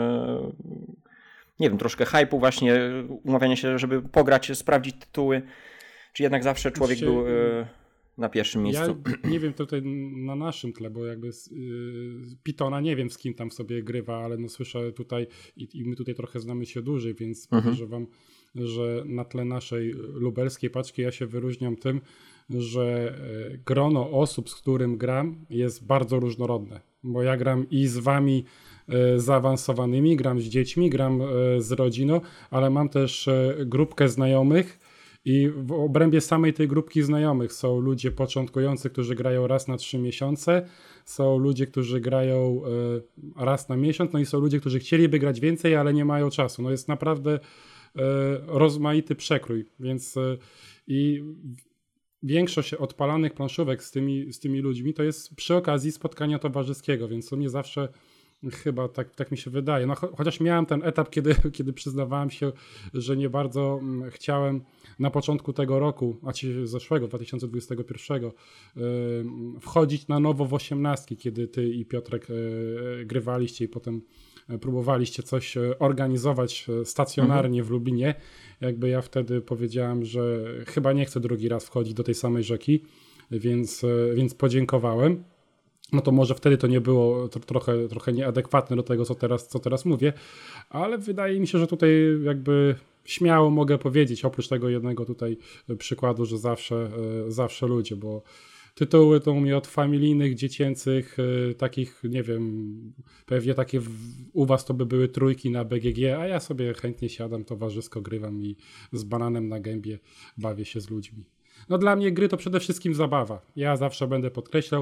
nie wiem, troszkę hype'u właśnie, umawiania się, żeby pograć, sprawdzić tytuły, czy jednak zawsze człowiek był na pierwszym miejscu? Ja nie wiem tutaj na naszym tle, bo jakby Pitona nie wiem z kim tam sobie grywa, ale no słyszę tutaj i my tutaj trochę znamy się dłużej, więc podejrzewam, że na tle naszej lubelskiej paczki ja się wyróżniam tym, że grono osób, z którym gram, jest bardzo różnorodne, bo ja gram i z wami zaawansowanymi, gram z dziećmi, gram z rodziną, ale mam też grupkę znajomych. I w obrębie samej tej grupki znajomych są ludzie początkujący, którzy grają raz na 3 miesiące, są ludzie, którzy grają raz na miesiąc, no i są ludzie, którzy chcieliby grać więcej, ale nie mają czasu. No jest naprawdę rozmaity przekrój, więc i większość odpalanych planszówek z tymi ludźmi to jest przy okazji spotkania towarzyskiego, więc to mnie zawsze chyba tak mi się wydaje. No, chociaż miałem ten etap, kiedy przyznawałem się, że nie bardzo chciałem na początku tego roku, zeszłego, 2021, wchodzić na nowo w 18, kiedy ty i Piotrek grywaliście i potem próbowaliście coś organizować stacjonarnie w Lublinie. Jakby ja wtedy powiedziałem, że chyba nie chcę drugi raz wchodzić do tej samej rzeki, więc podziękowałem. No to może wtedy to nie było trochę nieadekwatne do tego, co teraz mówię, ale wydaje mi się, że tutaj jakby śmiało mogę powiedzieć, oprócz tego jednego tutaj przykładu, że zawsze ludzie, bo tytuły to u mnie od familijnych, dziecięcych, takich, nie wiem, pewnie takie u was to by były trójki na BGG, a ja sobie chętnie siadam, towarzysko grywam i z bananem na gębie bawię się z ludźmi. No dla mnie gry to przede wszystkim zabawa. Ja zawsze będę podkreślał,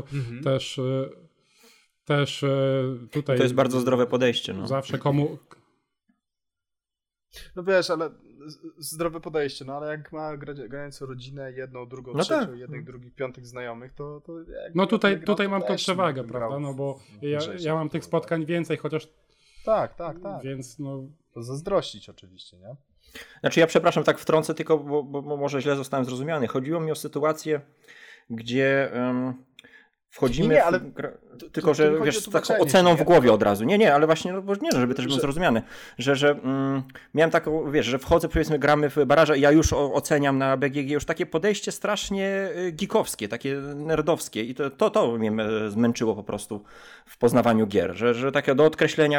też tutaj... To jest bardzo zdrowe podejście. No. Zawsze komu... No wiesz, ale zdrowe podejście, no ale jak ma grającą rodzinę, jedną, drugą, no trzecią, tak. jednych, drugich, piątych znajomych, to no tutaj mam tą przewagę, prawda, no bo ja mam tych spotkań więcej, chociaż... Tak. Więc no... Zazdrościć oczywiście, nie? Znaczy ja przepraszam, tak wtrącę tylko, bo może źle zostałem zrozumiany. Chodziło mi o sytuację, gdzie wchodzimy tylko że wiesz, z taką oceną w głowie od razu. Nie, ale właśnie, no, bo nie, żeby też był zrozumiany, że miałem taką, wiesz, że wchodzę, powiedzmy, gramy w baraża i ja już oceniam na BGG już takie podejście strasznie geekowskie, takie nerdowskie i to mnie zmęczyło po prostu w poznawaniu gier, że takie do odkreślenia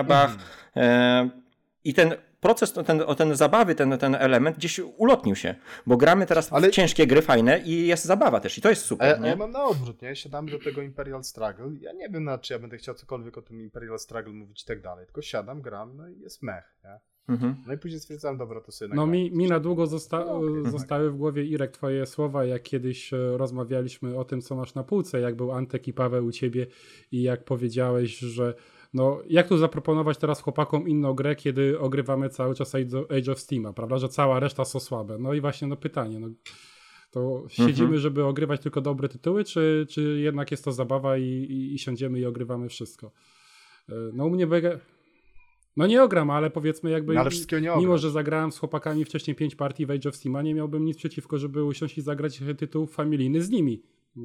i ten proces, ten zabawy, ten element gdzieś ulotnił się, bo gramy teraz w ciężkie gry fajne i jest zabawa też i to jest super. Ja mam na odwrót, nie? Siadamy do tego Imperial Struggle, ja nie wiem czy ja będę chciał cokolwiek o tym Imperial Struggle mówić i tak dalej, tylko siadam, gram, no i jest mech, nie? No i później stwierdzam, dobra, to sobie nagrałem. No mi na długo zostały w głowie, Irek, twoje słowa, jak kiedyś rozmawialiśmy o tym, co masz na półce, jak był Antek i Paweł u ciebie i jak powiedziałeś, że no jak tu zaproponować teraz chłopakom inną grę, kiedy ogrywamy cały czas Age of Steama, prawda, że cała reszta są słabe. No i właśnie pytanie, to siedzimy, żeby ogrywać tylko dobre tytuły, czy jednak jest to zabawa i siądziemy i ogrywamy wszystko. No u mnie no nie ogram, ale powiedzmy jakby, no, ale mimo że zagrałem z chłopakami wcześniej 5 partii w Age of Steama, nie miałbym nic przeciwko, żeby usiąść i zagrać tytuł familijny z nimi.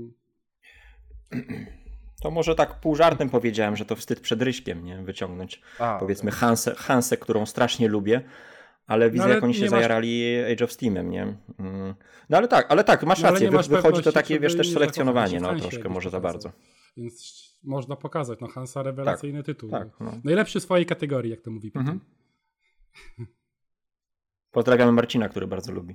To może tak pół żartem powiedziałem, że to wstyd przed Ryśkiem, nie? Wyciągnąć powiedzmy Hansę, którą strasznie lubię, ale widzę jak oni się zajarali Age of Steamem, nie? No ale tak, masz rację, wychodzi to takie, wiesz, też selekcjonowanie, no troszkę może za bardzo. Więc można pokazać, Hansa rewelacyjny tytuł. Tak, najlepszy w swojej kategorii, jak to mówi Piotr. Pozdrawiamy Marcina, który bardzo lubi.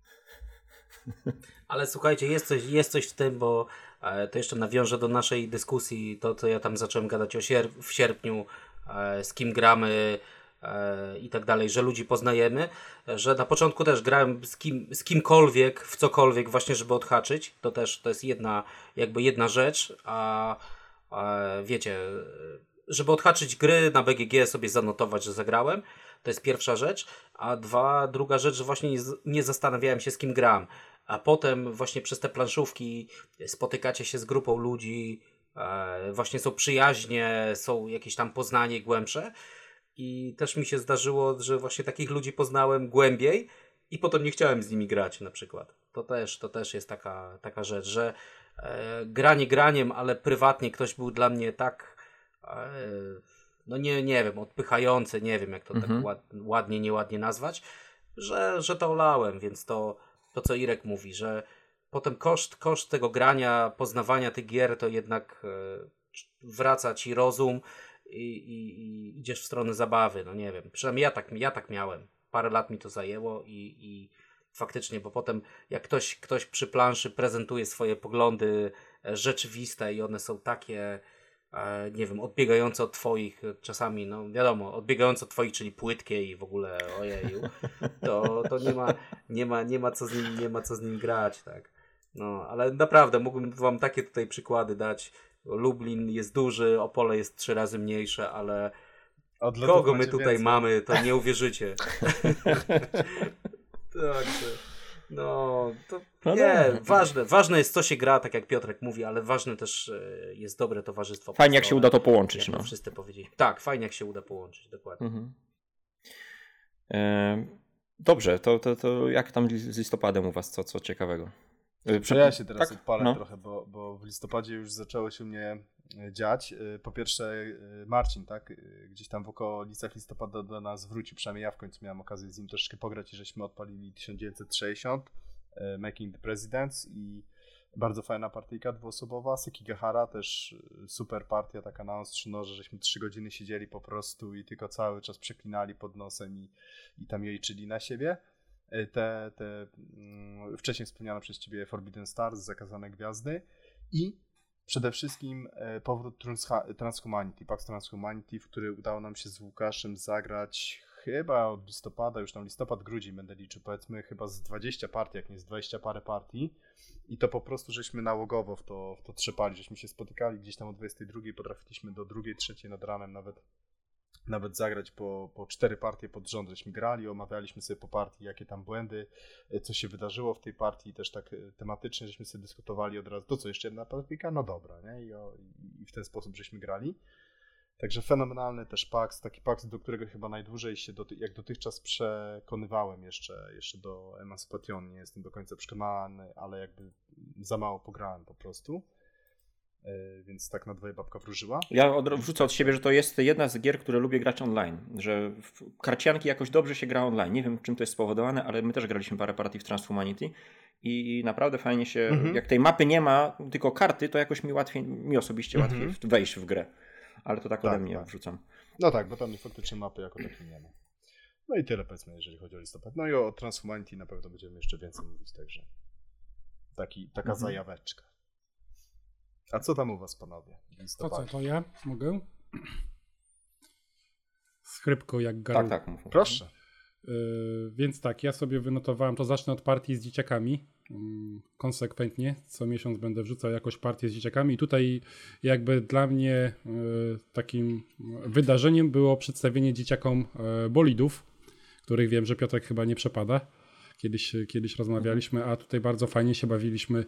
Ale słuchajcie, jest coś w tym, bo to jeszcze nawiążę do naszej dyskusji, to co ja tam zacząłem gadać w sierpniu, z kim gramy i tak dalej, że ludzi poznajemy, że na początku też grałem z kimkolwiek, w cokolwiek właśnie, żeby odhaczyć, to jest jedna rzecz, a wiecie, żeby odhaczyć gry na BGG, sobie zanotować, że zagrałem, to jest pierwsza rzecz, a druga rzecz, że właśnie nie zastanawiałem się, z kim gram. A potem właśnie przez te planszówki spotykacie się z grupą ludzi, właśnie są przyjaźnie, są jakieś tam poznanie głębsze i też mi się zdarzyło, że właśnie takich ludzi poznałem głębiej i potem nie chciałem z nimi grać na przykład. To też jest taka rzecz, że granie graniem, ale prywatnie ktoś był dla mnie tak no nie wiem, odpychający, nie wiem jak to tak ładnie, nieładnie nazwać, że to olałem, więc to co Irek mówi, że potem koszt tego grania, poznawania tych gier, to jednak wraca ci rozum i idziesz w stronę zabawy, no nie wiem, przynajmniej ja tak miałem, parę lat mi to zajęło i faktycznie, bo potem jak ktoś przy planszy prezentuje swoje poglądy rzeczywiste i one są takie, nie wiem, odbiegające od twoich, czasami, no wiadomo, odbiegające od twoich, czyli płytkie i w ogóle ojeju, to nie ma co z nim grać, tak. No, ale naprawdę mógłbym wam takie tutaj przykłady dać. Lublin jest duży, Opole jest 3 razy mniejsze, ale kogo my tutaj więcej mamy, to nie uwierzycie. Także no, to ważne jest, co się gra, tak jak Piotrek mówi, ale ważne też jest dobre towarzystwo. Fajnie, jak się uda to połączyć. Jak wszyscy powiedzieli. Tak, fajnie, jak się uda połączyć, dokładnie. Dobrze, to jak tam z listopadem u was, co ciekawego? Ja się teraz odpalę trochę, bo w listopadzie już zaczęło się mnie dziać. Po pierwsze Marcin, tak, gdzieś tam w okolicach listopada do nas wrócił, przynajmniej ja w końcu miałem okazję z nim troszkę pograć i żeśmy odpalili 1960, Making the Presidents i bardzo fajna partyjka dwuosobowa. Sekigahara też super partia, taka na ostrzu noży, żeśmy 3 godziny siedzieli po prostu i tylko cały czas przeklinali pod nosem i tam jejczyli na siebie. Te wcześniej wspomniane przez ciebie Forbidden Stars, Zakazane Gwiazdy i przede wszystkim powrót Transhumanity, Pax Transhumanity, w który udało nam się z Łukaszem zagrać chyba od listopada, już tam listopad, grudzień będę liczył, powiedzmy chyba z 20 partii, jak nie z 20 parę partii i to po prostu żeśmy nałogowo w to trzepali, żeśmy się spotykali gdzieś tam o 22, potrafiliśmy do 2, 3 nad ranem nawet zagrać po 4 partie pod rząd, żeśmy grali, omawialiśmy sobie po partii, jakie tam błędy, co się wydarzyło w tej partii, też tak tematycznie, żeśmy sobie dyskutowali od razu, to co, jeszcze jedna partyjka? No dobra, nie? I w ten sposób żeśmy grali. Także fenomenalny też PAX, taki PAX, do którego chyba najdłużej się jak dotychczas przekonywałem jeszcze do Emancipation. Nie jestem do końca przekonany, ale jakby za mało pograłem po prostu. Więc tak na dwoje babka wróżyła. Ja wrzucę od siebie, że to jest jedna z gier, które lubię grać online, że w karcianki jakoś dobrze się gra online. Nie wiem, czym to jest spowodowane, ale my też graliśmy parę partii w Transhumanity i naprawdę fajnie się, jak tej mapy nie ma, tylko karty, to jakoś mi osobiście łatwiej wejść w grę. Ale to tak ode mnie wrzucam. No tak, bo tam faktycznie mapy jako takiej nie ma. No i tyle powiedzmy, jeżeli chodzi o listopad. No i o Transhumanity na pewno będziemy jeszcze więcej mówić, także taka zajaweczka. A co tam u was, panowie? To ja mogę? Schrypko jak garu. Tak. Proszę. Więc tak, ja sobie wynotowałem, to zacznę od partii z dzieciakami. Konsekwentnie, co miesiąc będę wrzucał jakąś partię z dzieciakami i tutaj jakby dla mnie takim wydarzeniem było przedstawienie dzieciakom bolidów, których wiem, że Piotrek chyba nie przepada. Kiedyś rozmawialiśmy, a tutaj bardzo fajnie się bawiliśmy.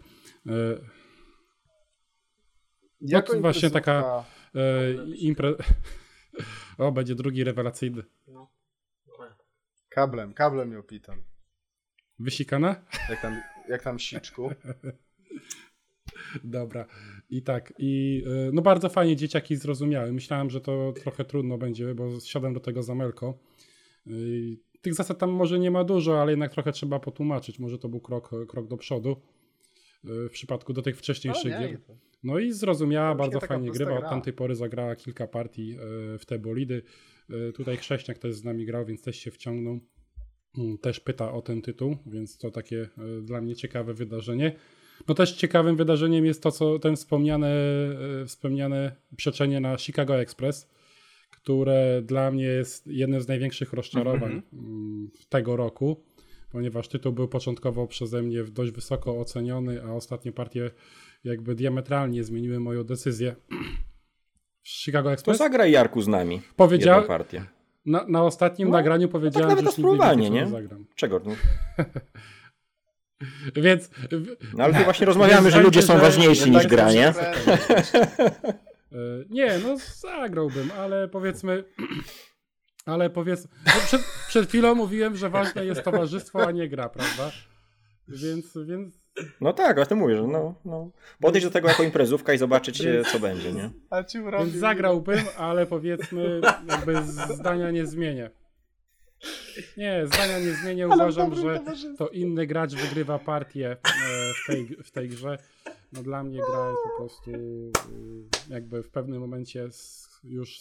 To właśnie taka impreza. O, będzie drugi rewelacyjny. No. Kablem ją pitam. Wysikana? Jak tam siczku. Dobra. I tak. No bardzo fajnie dzieciaki zrozumiały. Myślałem, że to trochę trudno będzie, bo siadam do tego za melko. Tych zasad tam może nie ma dużo, ale jednak trochę trzeba potłumaczyć. Może to był krok do przodu. W przypadku do tych wcześniejszych gier. No i zrozumiała, bardzo fajnie grywa. Od tamtej pory zagrała kilka partii w te bolidy. Tutaj Chrześniak też z nami grał, więc też się wciągnął. Też pyta o ten tytuł, więc to takie dla mnie ciekawe wydarzenie. No też ciekawym wydarzeniem jest to, co ten wspomniane przeczenie na Chicago Express, które dla mnie jest jednym z największych rozczarowań tego roku, ponieważ tytuł był początkowo przeze mnie dość wysoko oceniony, a ostatnie partie jakby diametralnie zmieniły moją decyzję. Chicago Express. To zagraj, Jarku, z nami. Powiedział partię. Na ostatnim nagraniu powiedziałem, tak że już nigdy nie zagram. Czego? Więc... No ale tu właśnie rozmawiamy, że ludzie są ważniejsi niż gra, nie? Nie, no zagrałbym, ale powiedzmy... No przed chwilą mówiłem, że ważne jest towarzystwo, a nie gra, prawda? Więc... No tak, o tym mówię, że no. Podejść do tego jako imprezówka i zobaczyć, co będzie, nie? Więc zagrałbym, ale powiedzmy, jakby zdania nie zmienię. Nie, zdania nie zmienię. Uważam, że to inny gracz wygrywa partię w tej grze. No dla mnie gra jest po prostu jakby w pewnym momencie już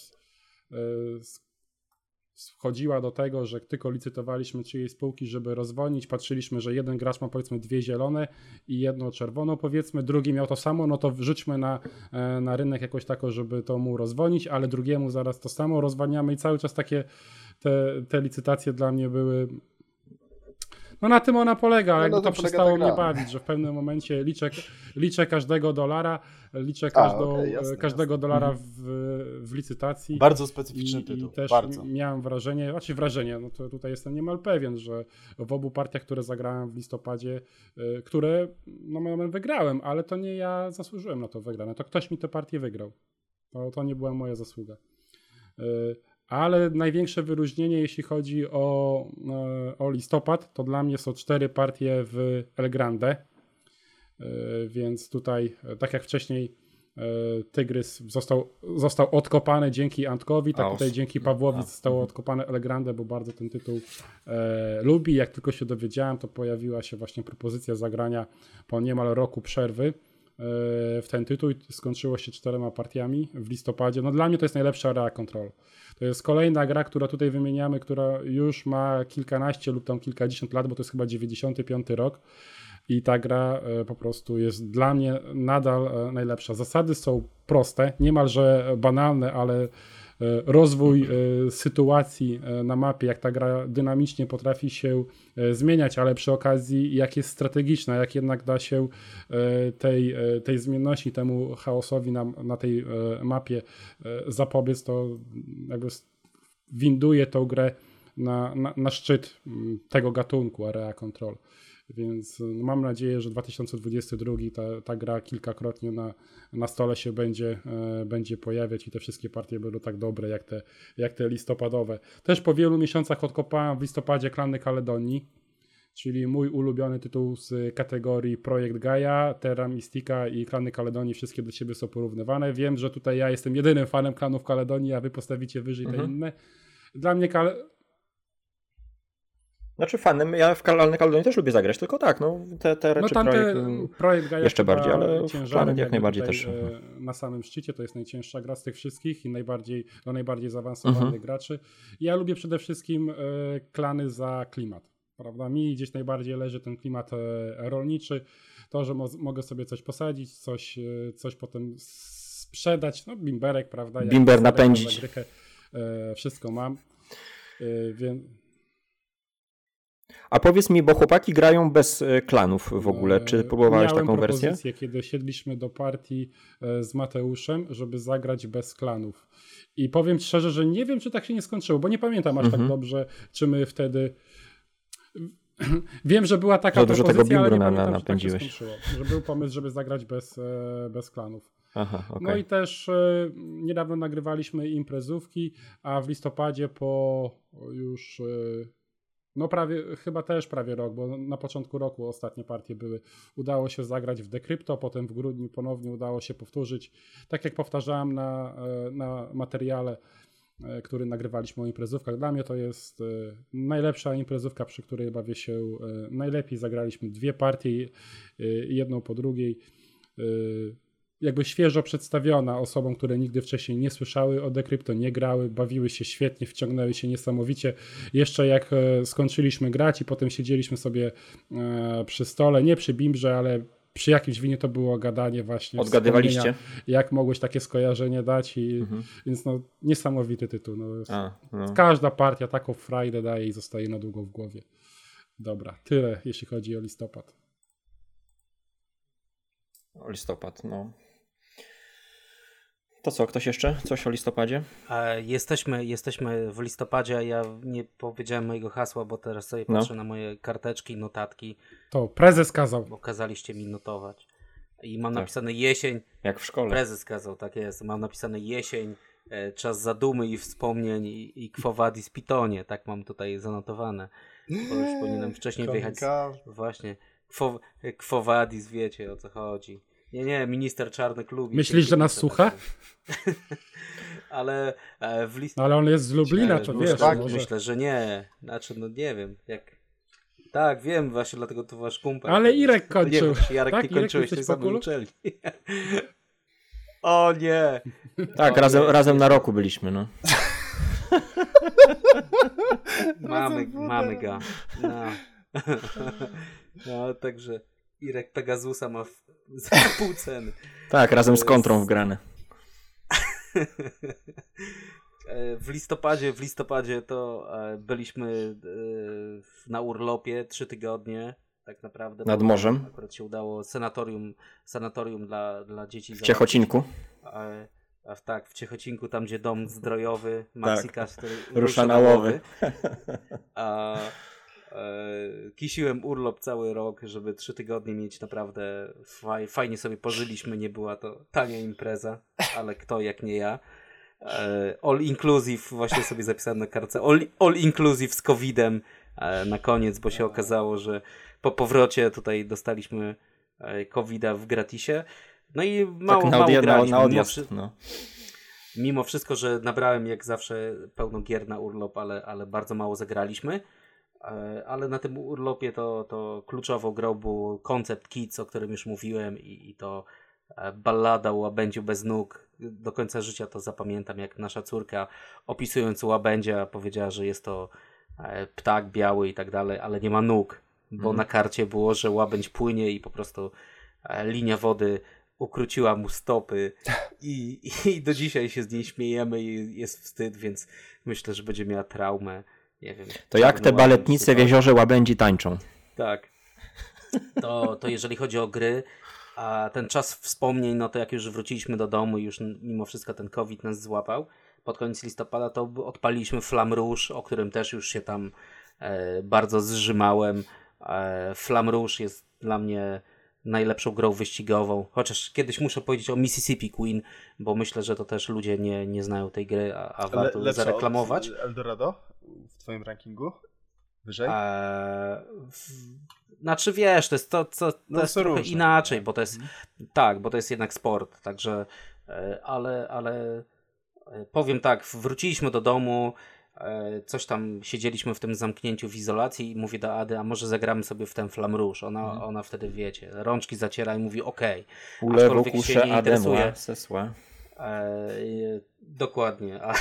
wchodziła do tego, że tylko licytowaliśmy czyjejś spółki, żeby rozwolnić, patrzyliśmy, że jeden gracz ma powiedzmy 2 zielone i 1 czerwoną powiedzmy, drugi miał to samo, no to wrzućmy na rynek jakoś taką, żeby to mu rozwolnić, ale drugiemu zaraz to samo rozwalniamy i cały czas takie te licytacje dla mnie były... No na tym ona polega, ale jakby to przestało mnie bawić, że w pewnym momencie liczę każdego dolara, każdego dolara w licytacji. Bardzo specyficzny tytuł. I też miałem wrażenie, no to tutaj jestem niemal pewien, że w obu partiach, które zagrałem w listopadzie, które no wygrałem, ale to nie ja zasłużyłem na to wygrane, to ktoś mi tę partię wygrał. To nie była moja zasługa. Ale największe wyróżnienie, jeśli chodzi o listopad, to dla mnie są 4 partie w El Grande. Więc tutaj, tak jak wcześniej Tygrys został odkopany dzięki Antkowi, tak tutaj dzięki Pawłowi zostało odkopane El Grande, bo bardzo ten tytuł lubi. Jak tylko się dowiedziałem, to pojawiła się właśnie propozycja zagrania po niemal roku przerwy w ten tytuł i skończyło się 4 partiami w listopadzie. No dla mnie to jest najlepsza Area Control. To jest kolejna gra, która tutaj wymieniamy, która już ma kilkanaście lub tam kilkadziesiąt lat, bo to jest chyba 95 rok i ta gra po prostu jest dla mnie nadal najlepsza. Zasady są proste, niemalże banalne, ale rozwój sytuacji na mapie, jak ta gra dynamicznie potrafi się zmieniać, ale przy okazji jak jest strategiczna, jak jednak da się tej zmienności, temu chaosowi na tej mapie zapobiec, to jakby winduje tą grę na szczyt tego gatunku Area Control. Więc mam nadzieję, że 2022 ta gra kilkakrotnie na stole się będzie pojawiać i te wszystkie partie będą tak dobre jak te listopadowe. Też po wielu miesiącach odkopałem w listopadzie Klany Kaledonii, czyli mój ulubiony tytuł z kategorii Projekt Gaia, Terra Mystica i Klany Kaledonii, wszystkie do siebie są porównywane. Wiem, że tutaj ja jestem jedynym fanem Klanów Kaledonii, a wy postawicie wyżej te inne. Dla mnie Znaczy fanem, ja w Klany Kaledonii też lubię zagrać, tylko tak, projekt Gaia jeszcze bardziej, ale Klany jak najbardziej też. Na samym szczycie to jest najcięższa gra z tych wszystkich i najbardziej zaawansowanych graczy. Ja lubię przede wszystkim klany za klimat, prawda? Mi gdzieś najbardziej leży ten klimat rolniczy, to, że mogę sobie coś posadzić, coś potem sprzedać, no bimberek, prawda? Bimber napędzić. Wszystko mam, więc... A powiedz mi, bo chłopaki grają bez klanów w ogóle. Czy próbowałeś taką wersję? Miałem propozycję, kiedy siedliśmy do partii z Mateuszem, żeby zagrać bez klanów. I powiem ci szczerze, że nie wiem, czy tak się nie skończyło, bo nie pamiętam aż tak dobrze, czy my wtedy... Wiem, że była taka propozycja, tego bimbru ale nie pamiętam, napędziłeś. czy tak się skończyło. Że był pomysł, żeby zagrać bez klanów. Aha, okay. No i też niedawno nagrywaliśmy imprezówki, a w listopadzie po już... No chyba prawie rok, bo na początku roku ostatnie partie były. Udało się zagrać w Decrypto, potem w grudniu ponownie udało się powtórzyć. Tak jak powtarzałem na materiale, który nagrywaliśmy o imprezówkach. Dla mnie to jest najlepsza imprezówka, przy której bawię się najlepiej. Zagraliśmy 2 partie, jedną po drugiej. Jakby świeżo przedstawiona osobom, które nigdy wcześniej nie słyszały o Decrypto, nie grały, bawiły się świetnie, wciągnęły się niesamowicie. Jeszcze jak skończyliśmy grać i potem siedzieliśmy sobie przy stole, nie przy bimbrze, ale przy jakimś winie to było gadanie właśnie. Odgadywaliście? Jak mogłeś takie skojarzenie dać więc no niesamowity tytuł. Każda partia taką frajdę daje i zostaje na długo w głowie. Dobra, tyle jeśli chodzi o listopad. O listopad, no. To co, ktoś jeszcze? Coś o listopadzie? Jesteśmy w listopadzie, a ja nie powiedziałem mojego hasła, bo teraz sobie patrzę na moje karteczki, notatki. To prezes kazał. Bo kazaliście mi notować. I mam napisane jesień. Jak w szkole. Prezes kazał, tak jest. Mam napisane jesień, czas zadumy i wspomnień i Quo Vadis Pitonie. Tak mam tutaj zanotowane. Bo już powinienem wcześniej wyjechać. Właśnie. Quo Vadis, wiecie o co chodzi. Nie, minister Czarnek lubi. Myślisz, że nas słucha? Ale ale on jest z Lublina, to wiesz. Tak, myślę, że nie. Znaczy, no nie wiem. Tak, wiem, właśnie dlatego to wasz kumpel. Ale Irek kończył. Nie, Jarek, tak, ty kończyłeś tej samej uczelni. O nie. Tak, razem na roku byliśmy, no. Mamy go. No, także Irek Pegasusa ma za pół ceny. Tak, razem z kontrą wgrane. W listopadzie to byliśmy na urlopie 3 tygodnie, tak naprawdę. Nad morzem. Akurat się udało sanatorium dla dzieci. W Ciechocinku. W Ciechocinku, tam gdzie dom zdrojowy, Maxikas, który rusza na łowy. Kisiłem urlop cały rok, żeby 3 tygodnie mieć naprawdę fajnie sobie pożyliśmy, nie była to tania impreza, ale kto jak nie ja. All inclusive, właśnie sobie zapisałem na kartce, all inclusive z COVID-em na koniec, bo się okazało, że po powrocie tutaj dostaliśmy COVID-a w gratisie. No i mało graliśmy. Na odjazd, Mimo wszystko, że nabrałem jak zawsze pełno gier na urlop, ale bardzo mało zagraliśmy. Ale na tym urlopie to kluczową grą był Concept Kids, o którym już mówiłem i to ballada o łabędziu bez nóg. Do końca życia to zapamiętam, jak nasza córka opisując łabędzia powiedziała, że jest to ptak biały i tak dalej, ale nie ma nóg, bo na karcie było, że łabędź płynie i po prostu linia wody ukróciła mu stopy i do dzisiaj się z niej śmiejemy i jest wstyd, więc myślę, że będzie miała traumę. Nie wiem, to jak te baletnice w jeziorze łabędzi tańczą. Tak. To jeżeli chodzi o gry, a ten czas wspomnień, no to jak już wróciliśmy do domu i już mimo wszystko ten COVID nas złapał, pod koniec listopada to odpaliliśmy Flamme Rouge, o którym też już się tam bardzo zżymałem. Flamme Rouge jest dla mnie najlepszą grą wyścigową, chociaż kiedyś muszę powiedzieć o Mississippi Queen, bo myślę, że to też ludzie nie znają tej gry, a warto zareklamować. Eldorado w twoim rankingu? Wyżej? Znaczy wiesz, to jest jest trochę inaczej, bo to jest bo to jest jednak sport, także ale powiem tak, wróciliśmy do domu, coś tam siedzieliśmy w tym zamknięciu w izolacji i mówię do Ady, a może zagramy sobie w ten Flamme Rouge. Ona wtedy, wiecie, rączki zaciera i mówi okej. Aczkolwiek się nie interesuje. Dokładnie. A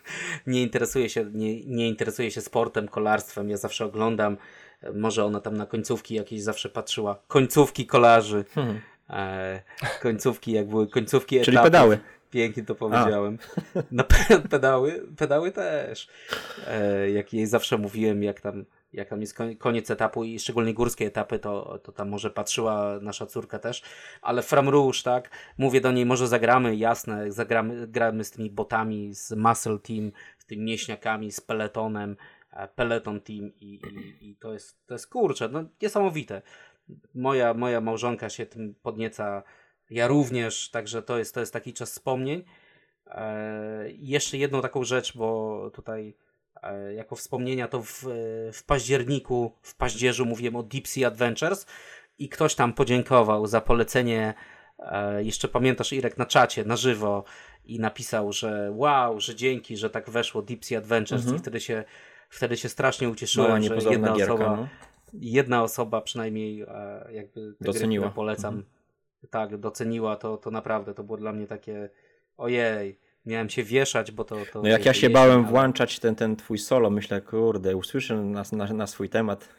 nie interesuje się sportem, kolarstwem. Ja zawsze oglądam. Może ona tam na końcówki jakieś zawsze patrzyła. Końcówki kolarzy. Końcówki, jak były końcówki etapów. Czyli pedały. Pięknie to powiedziałem. No, pedały też. Jak jej zawsze mówiłem, jak tam jest koniec etapu i szczególnie górskie etapy, to tam może patrzyła nasza córka też. Ale Flamme Rouge, tak? Mówię do niej, może zagramy, jasne, gramy z tymi botami, z Muscle Team, z tymi mięśniakami, z Peletonem, Peloton Team i to jest kurczę, no niesamowite. Moja małżonka się tym podnieca, ja również, także to jest taki czas wspomnień. Jeszcze jedną taką rzecz, bo tutaj jako wspomnienia to w październiku, w paździerzu mówiłem o Deep Sea Adventures i ktoś tam podziękował za polecenie, jeszcze pamiętasz Irek na czacie, na żywo i napisał, że wow, że dzięki, że tak weszło Deep Sea Adventures i wtedy się strasznie ucieszyłem, że jedna osoba przynajmniej jakby doceniła. Gry, polecam, tak, doceniła, to naprawdę, to było dla mnie takie ojej, miałem się wieszać, bo to no jak ja się bałem włączać ten twój solo, myślę, kurde, usłyszę na swój temat.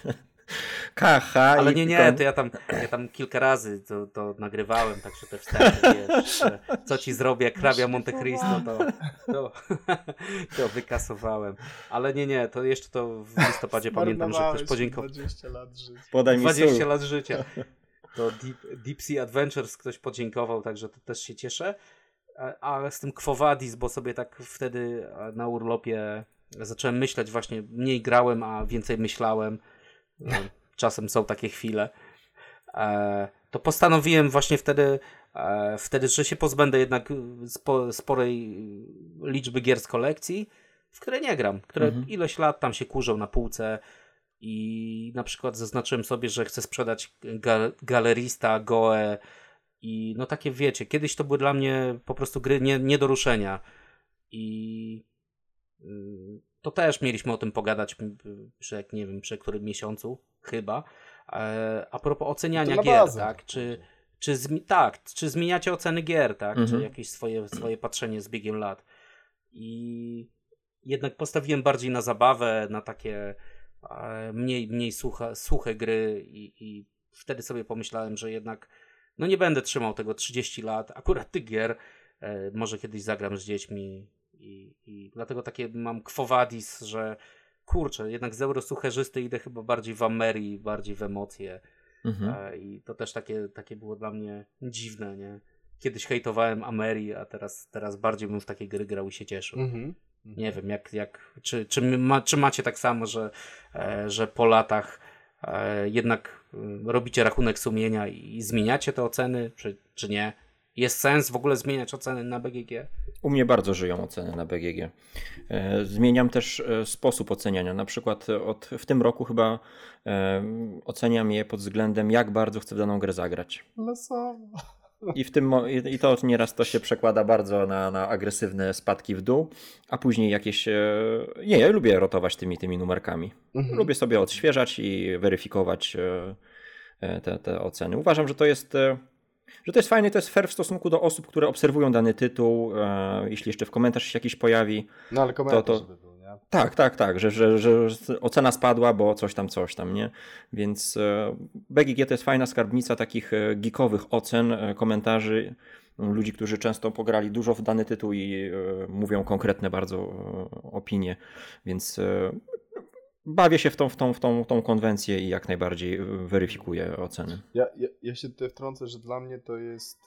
Ale nie, to ja tam kilka razy to nagrywałem, także te wstępy, wiesz, co ci zrobię, jak hrabia Monte Cristo, to wykasowałem. Ale nie, to jeszcze to w listopadzie pamiętam, że ktoś podziękował. 20 lat życia. Podaj mi 20 lat życia. To Deep Sea Adventures ktoś podziękował, także to też się cieszę. A z tym Quo Vadis, bo sobie tak wtedy na urlopie zacząłem myśleć, właśnie mniej grałem, a więcej myślałem. Czasem są takie chwile. To postanowiłem właśnie wtedy, że się pozbędę jednak sporej liczby gier z kolekcji, w które nie gram, które ileś lat tam się kurzą na półce i na przykład zaznaczyłem sobie, że chcę sprzedać Galerista, Goe i no takie wiecie, kiedyś to były dla mnie po prostu gry nie do ruszenia i to też mieliśmy o tym pogadać przy którym miesiącu chyba. A propos oceniania gier, bazę, tak? Czy zmieniacie oceny gier, tak? Czy jakieś swoje patrzenie z biegiem lat. I jednak postawiłem bardziej na zabawę, na takie mniej suche gry i wtedy sobie pomyślałem, że jednak no nie będę trzymał tego 30 lat, akurat tych gier, może kiedyś zagram z dziećmi i dlatego takie mam Quo Vadis, że kurczę, jednak z eurosucherzysty idę chyba bardziej w Amerii, bardziej w emocje i to też takie było dla mnie dziwne, nie? Kiedyś hejtowałem Amerii, a teraz bardziej bym w takie gry grał i się cieszył. Nie wiem, czy macie tak samo, że po latach jednak robicie rachunek sumienia i zmieniacie te oceny, czy nie? Jest sens w ogóle zmieniać oceny na BGG? U mnie bardzo żyją oceny na BGG. Zmieniam też sposób oceniania. Na przykład w tym roku chyba oceniam je pod względem, jak bardzo chcę w daną grę zagrać. Losowo. I to nieraz to się przekłada bardzo na agresywne spadki w dół, a później jakieś... ja lubię rotować tymi numerkami. Lubię sobie odświeżać i weryfikować te oceny. Uważam, że to jest fajne, to jest fair w stosunku do osób, które obserwują dany tytuł, jeśli jeszcze w komentarz się jakiś pojawi. No ale komentarz by był, nie? Tak, że ocena spadła, bo coś tam, nie? Więc BGG to jest fajna skarbnica takich geekowych ocen, komentarzy, ludzi, którzy często pograli dużo w dany tytuł i mówią konkretne bardzo opinie, więc bawię się w tą konwencję i jak najbardziej weryfikuję oceny. Ja się tutaj wtrącę, że dla mnie to jest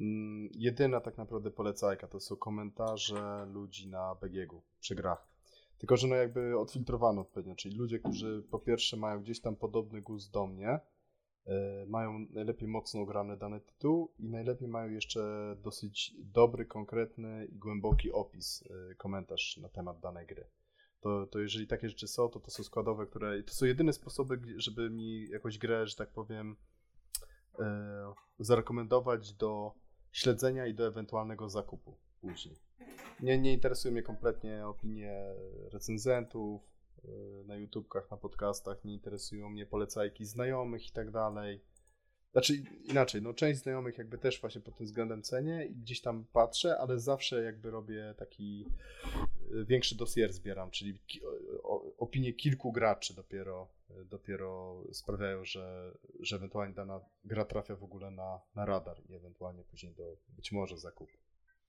jedyna tak naprawdę polecajka. To są komentarze ludzi na BGG-u przy grach. Tylko że no jakby odfiltrowano odpowiednio, czyli ludzie, którzy po pierwsze mają gdzieś tam podobny gust do mnie, mają najlepiej mocno ograny dany tytuł i najlepiej mają jeszcze dosyć dobry, konkretny i głęboki opis, komentarz na temat danej gry. To jeżeli takie rzeczy są, to są składowe, które... To są jedyne sposoby, żeby mi jakąś grę, że tak powiem, zarekomendować do śledzenia i do ewentualnego zakupu później. Nie interesują mnie kompletnie opinie recenzentów na YouTubkach, na podcastach, nie interesują mnie polecajki znajomych i tak dalej. Znaczy inaczej, no część znajomych jakby też właśnie pod tym względem cenię i gdzieś tam patrzę, ale zawsze jakby robię taki większy dossier zbieram, czyli opinie kilku graczy dopiero sprawiają, że ewentualnie dana gra trafia w ogóle na radar i ewentualnie później do być może zakupu.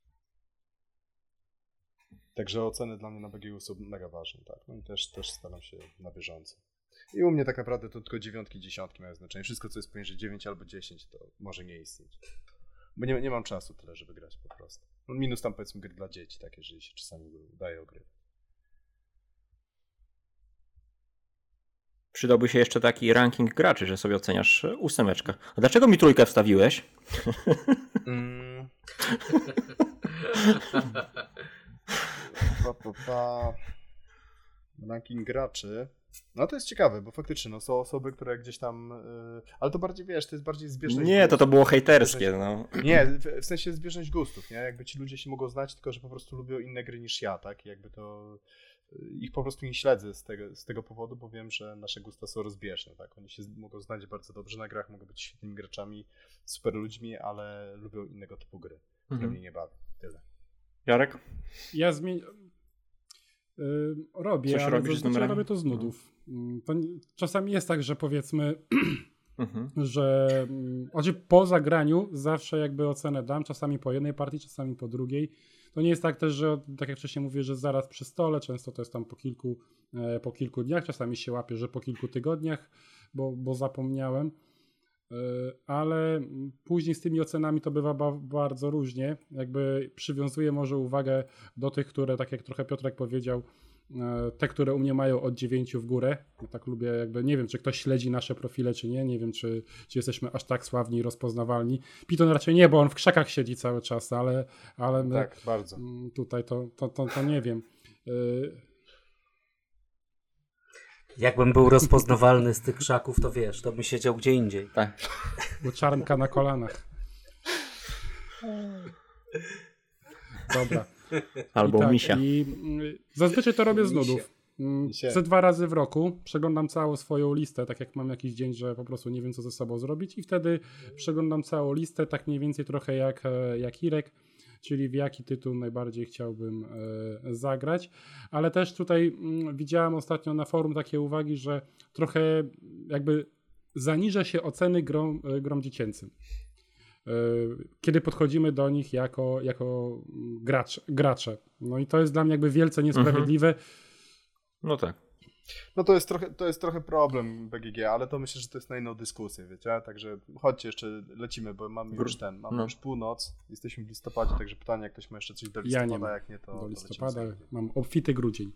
Także oceny dla mnie na BGU są mega ważne, tak. No i też staram się na bieżąco. I u mnie tak naprawdę to tylko 9, 10 mają znaczenie. Wszystko, co jest poniżej 9 albo 10, to może nie istnieć. Bo nie mam czasu tyle, żeby grać po prostu. No minus tam powiedzmy gry dla dzieci, tak, jeżeli się czasami udaje ogrywać. Przydałby się jeszcze taki ranking graczy, że sobie oceniasz 8. A dlaczego mi 3 wstawiłeś? Ranking graczy. No to jest ciekawe, bo faktycznie no, są osoby, które gdzieś tam... ale to bardziej, wiesz, to jest bardziej zbieżność Nie, gustów. to było hejterskie. No. Nie, w sensie zbieżność gustów, nie? Jakby ci ludzie się mogą znać, tylko że po prostu lubią inne gry niż ja, tak? I jakby to... Ich po prostu nie śledzę z tego powodu, bo wiem, że nasze gusta są rozbieżne, tak? Oni się mogą znać bardzo dobrze na grach, mogą być świetnymi graczami, super ludźmi, ale lubią innego typu gry, które mnie nie bawią. Tyle. Jarek? Ja robię, coś ale robisz zazwyczaj robię to z nudów. To czasami jest tak, że powiedzmy, że po zagraniu zawsze jakby ocenę dam, czasami po jednej partii, czasami po drugiej. To nie jest tak też, że tak jak wcześniej mówię, że zaraz przy stole, często to jest tam po kilku dniach, czasami się łapię, że po kilku tygodniach, bo zapomniałem. Ale później z tymi ocenami to bywa bardzo różnie. Jakby przywiązuję może uwagę do tych, które, tak jak trochę Piotrek powiedział, te, które u mnie mają od 9 w górę. Ja tak lubię jakby, nie wiem, czy ktoś śledzi nasze profile, czy nie wiem, czy jesteśmy aż tak sławni i rozpoznawalni. Piton raczej nie, bo on w krzakach siedzi cały czas, ale tak, bardzo. Tutaj to nie wiem. Jakbym był rozpoznawalny z tych krzaków, to wiesz, to bym siedział gdzie indziej. Tak. Bo czarnka na kolanach. Dobra. Albo misia. I zazwyczaj to robię z nudów. Ze 2 razy w roku przeglądam całą swoją listę, tak jak mam jakiś dzień, że po prostu nie wiem, co ze sobą zrobić i wtedy przeglądam całą listę, tak mniej więcej trochę jak Irek, czyli w jaki tytuł najbardziej chciałbym zagrać. Ale też tutaj widziałem ostatnio na forum takie uwagi, że trochę jakby zaniża się oceny grom dziecięcym. Kiedy podchodzimy do nich jako gracze. No i to jest dla mnie jakby wielce niesprawiedliwe. No tak. No to jest trochę problem BGG, ale to myślę, że to jest na inną dyskusję, wiecie? Także chodźcie jeszcze, lecimy, bo mamy już północ, jesteśmy w listopadzie, także pytanie, jak ktoś ma jeszcze coś do listopada, ja nie mam. Jak nie to do listopada mam obfity grudzień.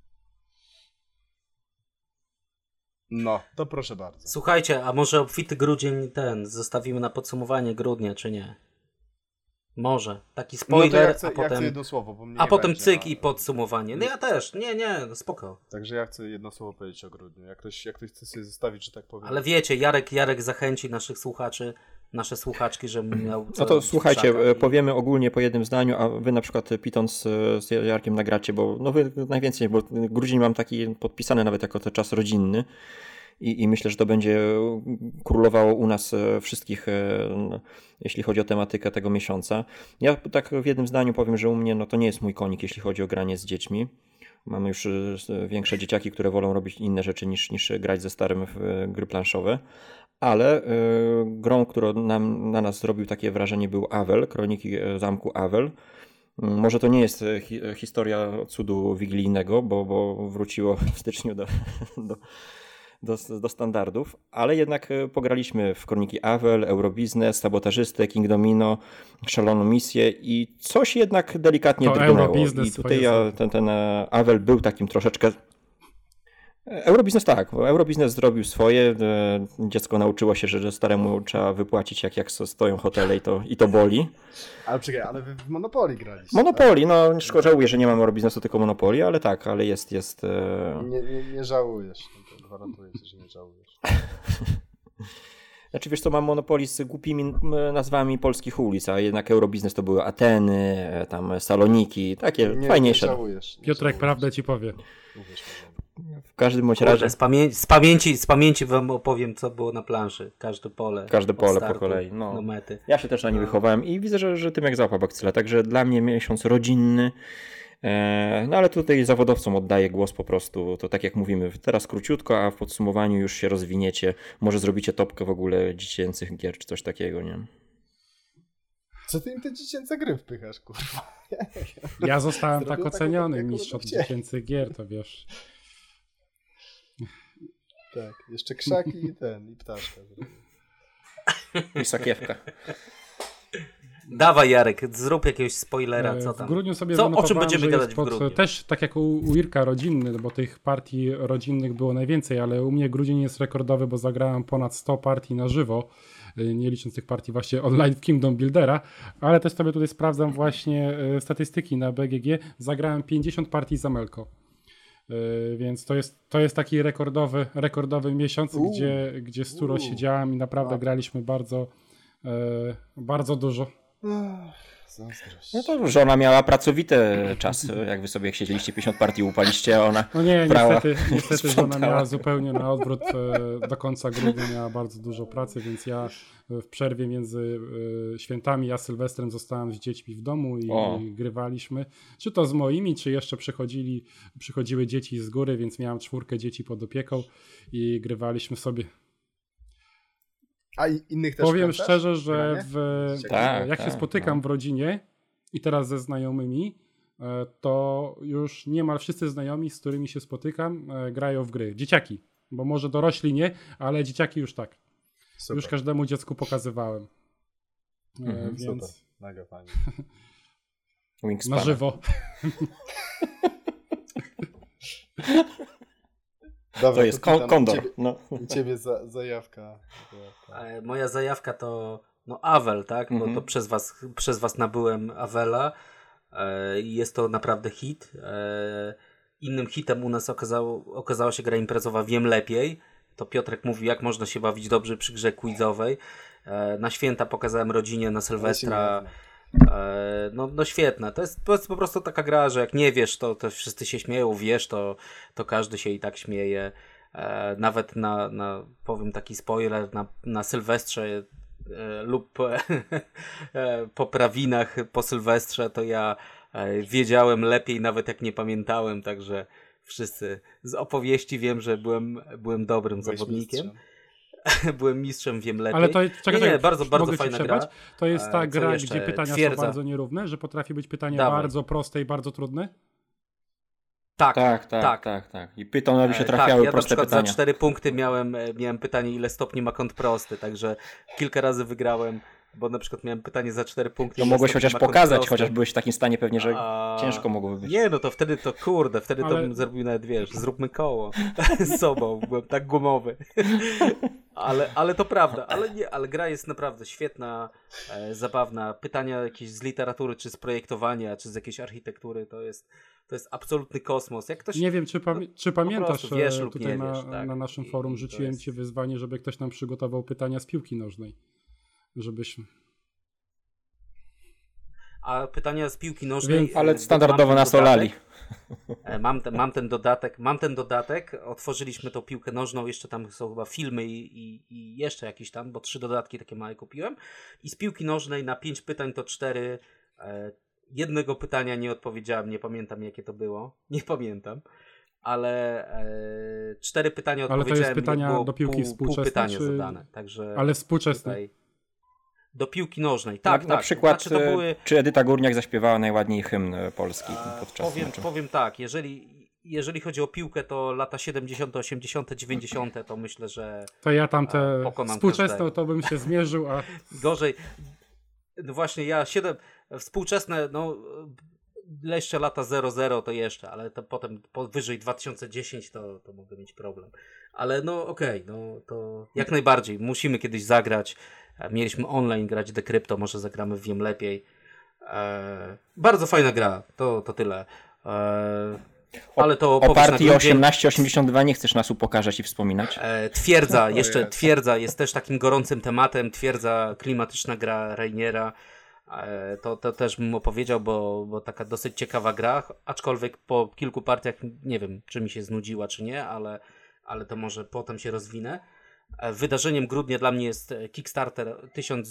No, to proszę bardzo. Słuchajcie, a może obfity grudzień zostawimy na podsumowanie grudnia, czy nie? Może. Taki spoiler, no ja chcę jedno słowo, bo mnie a potem będzie, cyk i podsumowanie. No ja też. Nie, spoko. Także ja chcę jedno słowo powiedzieć o grudniu. Jak ktoś chce sobie zostawić, że tak powiem. Ale wiecie, Jarek zachęci naszych słuchaczy, nasze słuchaczki, żebym miał... No to słuchajcie, powiemy ogólnie po jednym zdaniu, a wy na przykład Piton z Jarkiem nagracie, bo no wy najwięcej, bo grudzień mam taki podpisany nawet jako to czas rodzinny. I myślę, że to będzie królowało u nas wszystkich, jeśli chodzi o tematykę tego miesiąca. Ja tak w jednym zdaniu powiem, że u mnie no to nie jest mój konik, jeśli chodzi o granie z dziećmi. Mamy już większe dzieciaki, które wolą robić inne rzeczy niż grać ze starym w gry planszowe. Ale grą, którą na nas zrobił takie wrażenie, był Avel, Kroniki Zamku Avel. Może to nie jest historia cudu wigilijnego, bo wróciło w styczniu do standardów, ale jednak pograliśmy w Kroniki Avel, Eurobiznes, Sabotażystę, King Domino, Szaloną Misję i coś jednak delikatnie drgnęło. I tutaj ten Avel był takim troszeczkę... Eurobiznes tak, Eurobiznes zrobił swoje, dziecko nauczyło się, że staremu trzeba wypłacić jak stoją hotele i to boli. Ale czekaj, ale wy w Monopoly graliście. Monopoly, no żałuję, że nie mam Eurobiznesu, tylko Monopoly, ale tak, ale jest... Nie żałujesz, no gwarantuję ci, że nie żałujesz. Znaczy wiesz co, mam Monopoly z głupimi nazwami polskich ulic, a jednak Eurobiznes to były Ateny, tam Saloniki, takie fajniejsze. Nie żałujesz. Piotrek prawdę ci powie. W każdym bądź razie. Z pamięci wam opowiem, co było na planszy. Każde pole po kolei. Do mety. Ja się też na nie wychowałem i widzę, że Tymek załapał bakcyla. Także dla mnie miesiąc rodzinny. No ale tutaj zawodowcom oddaję głos po prostu. To tak jak mówimy, teraz króciutko, a w podsumowaniu już się rozwiniecie. Może zrobicie topkę w ogóle dziecięcych gier czy coś takiego, nie? Co ty im te dziecięce gry wpychasz, kurwa? Ja zostałem tak oceniony, mistrz od dziecięcych gier, to wiesz. Tak, jeszcze krzaki i ptaszka. I sakiewka. Dawaj Jarek, zrób jakiegoś spoilera, co tam. W grudniu sobie o czym będziemy gadać w grudniu? Też tak jak u Irka rodzinny, bo tych partii rodzinnych było najwięcej, ale u mnie grudzień jest rekordowy, bo zagrałem ponad 100 partii na żywo, nie licząc tych partii właśnie online w Kingdom Buildera, ale też sobie tutaj sprawdzam właśnie statystyki na BGG. Zagrałem 50 partii za Melko. Więc to jest taki rekordowy miesiąc, gdzie z Turo siedziałem i naprawdę graliśmy bardzo dużo. No to żona miała pracowity czas, jak wy sobie siedzieliście 50 partii upaliście, a ona no nie, niestety żona miała zupełnie na odwrót, do końca grudnia miała bardzo dużo pracy, więc ja w przerwie między świętami a Sylwestrem zostałem z dziećmi w domu i grywaliśmy, czy to z moimi, czy jeszcze przychodziły dzieci z góry, więc miałem 4 dzieci pod opieką i grywaliśmy sobie. A innych też powiem szczerze, że jak się spotykam w rodzinie i teraz ze znajomymi, to już niemal wszyscy znajomi, z którymi się spotykam, grają w gry. Dzieciaki, bo może dorośli nie, ale dzieciaki już tak. Super. Już każdemu dziecku pokazywałem. Więc... Super, mega fajnie. Na żywo. Dobra, to jest kondor. I ciebie zajawka. Moja zajawka to Avel, tak? Bo to przez was nabyłem Avela. Jest to naprawdę hit. Innym hitem u nas okazała się gra imprezowa Wiem Lepiej. To Piotrek mówił, jak można się bawić dobrze przy grze quizowej. Na święta pokazałem rodzinie, na Sylwestra. No świetna. To jest po prostu taka gra, że jak nie wiesz, to wszyscy się śmieją, wiesz, to każdy się i tak śmieje. Nawet powiem taki spoiler, na Sylwestrze lub po prawinach po Sylwestrze to ja wiedziałem lepiej, nawet jak nie pamiętałem, także wszyscy z opowieści wiem, że byłem dobrym zawodnikiem. Byłem mistrzem, wiem lepiej. Ale to czekaj, bardzo fajna gra. To jest ta gra, gdzie pytania są bardzo nierówne, że potrafi być pytanie bardzo proste i bardzo trudne? Tak. I pytanowi się trafiały ja proste na pytania. Za 4 punkty miałem pytanie, ile stopni ma kąt prosty, także kilka razy wygrałem, bo na przykład miałem pytanie za 4 punkty. To mogłeś chociaż pokazać, chociaż byłeś w takim stanie pewnie, że ciężko mogłoby być. Nie, no to wtedy to bym zrobił nawet, zróbmy koło z sobą, byłem tak gumowy. Ale to prawda, ale gra jest naprawdę świetna, zabawna. Pytania jakieś z literatury, czy z projektowania, czy z jakiejś architektury, to jest absolutny kosmos. Jak ktoś, nie wiem, czy pamiętasz, wiesz, tutaj nie wiesz, na naszym forum rzuciłem ci wyzwanie, żeby ktoś nam przygotował pytania z piłki nożnej. Żebyśmy... A pytania z piłki nożnej... Ale standardowo nas olali. Mam ten dodatek, otworzyliśmy tą piłkę nożną, jeszcze tam są chyba filmy i jeszcze jakieś tam, bo 3 dodatki takie małe kupiłem. I z piłki nożnej na 5 pytań to 4. Jednego pytania nie odpowiedziałem, nie pamiętam jakie to było. Nie pamiętam. Ale 4 pytania odpowiedziałem. Ale to jest pytania do piłki współczesnej? Pytania zadane. Także ale współczesnej? Do piłki nożnej, tak. Na przykład, czy Edyta Górniak zaśpiewała najładniej hymn polski podczas meczu? Powiem tak, jeżeli jeżeli chodzi o piłkę, to lata 70., 80., 90., to myślę, że to ja tam te współczesne to bym się zmierzył, a gorzej. No właśnie, współczesne, no jeszcze lata 00 to jeszcze, ale to potem powyżej 2010 to mogę mieć problem. Ale no okej, no to jak najbardziej. Musimy kiedyś zagrać. Mieliśmy online grać Decrypto, może zagramy w Wiem Lepiej. Bardzo fajna gra, to tyle. Ale to o partii 1882 nie chcesz nas upokarzać i wspominać? Twierdza jest też takim gorącym tematem. Twierdza, klimatyczna gra Reiniera. To też bym opowiedział, bo taka dosyć ciekawa gra, aczkolwiek po kilku partiach nie wiem, czy mi się znudziła, czy nie, ale to może potem się rozwinę. Wydarzeniem grudnia dla mnie jest Kickstarter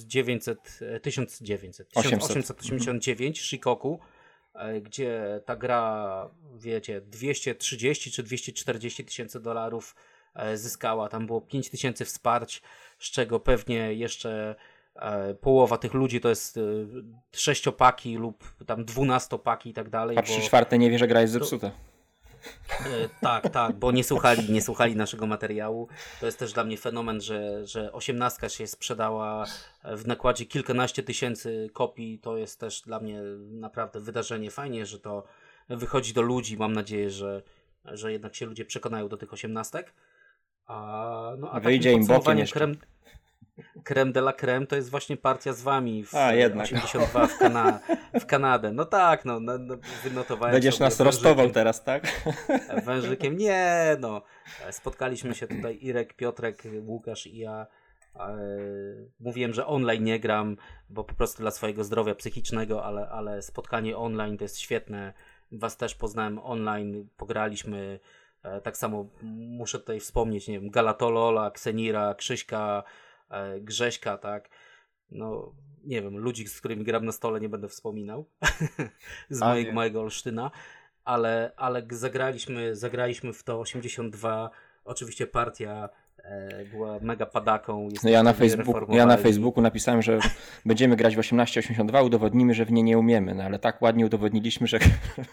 1889 Shikoku, gdzie ta gra, wiecie, 230 czy 240 tysięcy dolarów zyskała. Tam było 5 tysięcy wsparć, z czego pewnie jeszcze połowa tych ludzi to jest 6-paki lub tam 12-paki i tak dalej. A 3/4 nie wie, że gra jest zepsuta. Tak, bo nie słuchali naszego materiału. To jest też dla mnie fenomen, że 18 się sprzedała w nakładzie kilkanaście tysięcy kopii. To jest też dla mnie naprawdę wydarzenie. Fajnie, że to wychodzi do ludzi. Mam nadzieję, że jednak się ludzie przekonają do tych 18. A wyjdzie im bokiem jeszcze. Creme de la creme to jest właśnie partia z wami w 82 w Kanadę. No tak, wynotowałem. Będziesz nas rostował teraz, tak? Wężykiem. Nie, spotkaliśmy się tutaj Irek, Piotrek, Łukasz i ja. Mówiłem, że online nie gram, bo po prostu dla swojego zdrowia psychicznego, ale spotkanie online to jest świetne. Was też poznałem online, pograliśmy. Tak samo muszę tutaj wspomnieć, nie wiem, Galatolola, Ksenira, Krzyśka, Grześka, tak. No, nie wiem, ludzi, z którymi gram na stole nie będę wspominał z mojego małego Olsztyna, ale zagraliśmy w to 82. Oczywiście partia była mega padaką. Ja na Facebooku napisałem, że będziemy grać w 1882, udowodnimy, że w nie umiemy, ale tak ładnie udowodniliśmy, że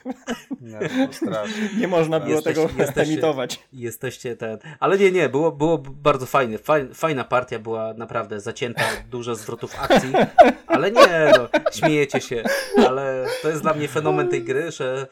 nie można było tego emitować. Ale nie, było bardzo fajne. Fajna partia była, naprawdę zacięta, dużo zwrotów akcji, ale nie, śmiejecie się, ale to jest dla mnie fenomen tej gry, że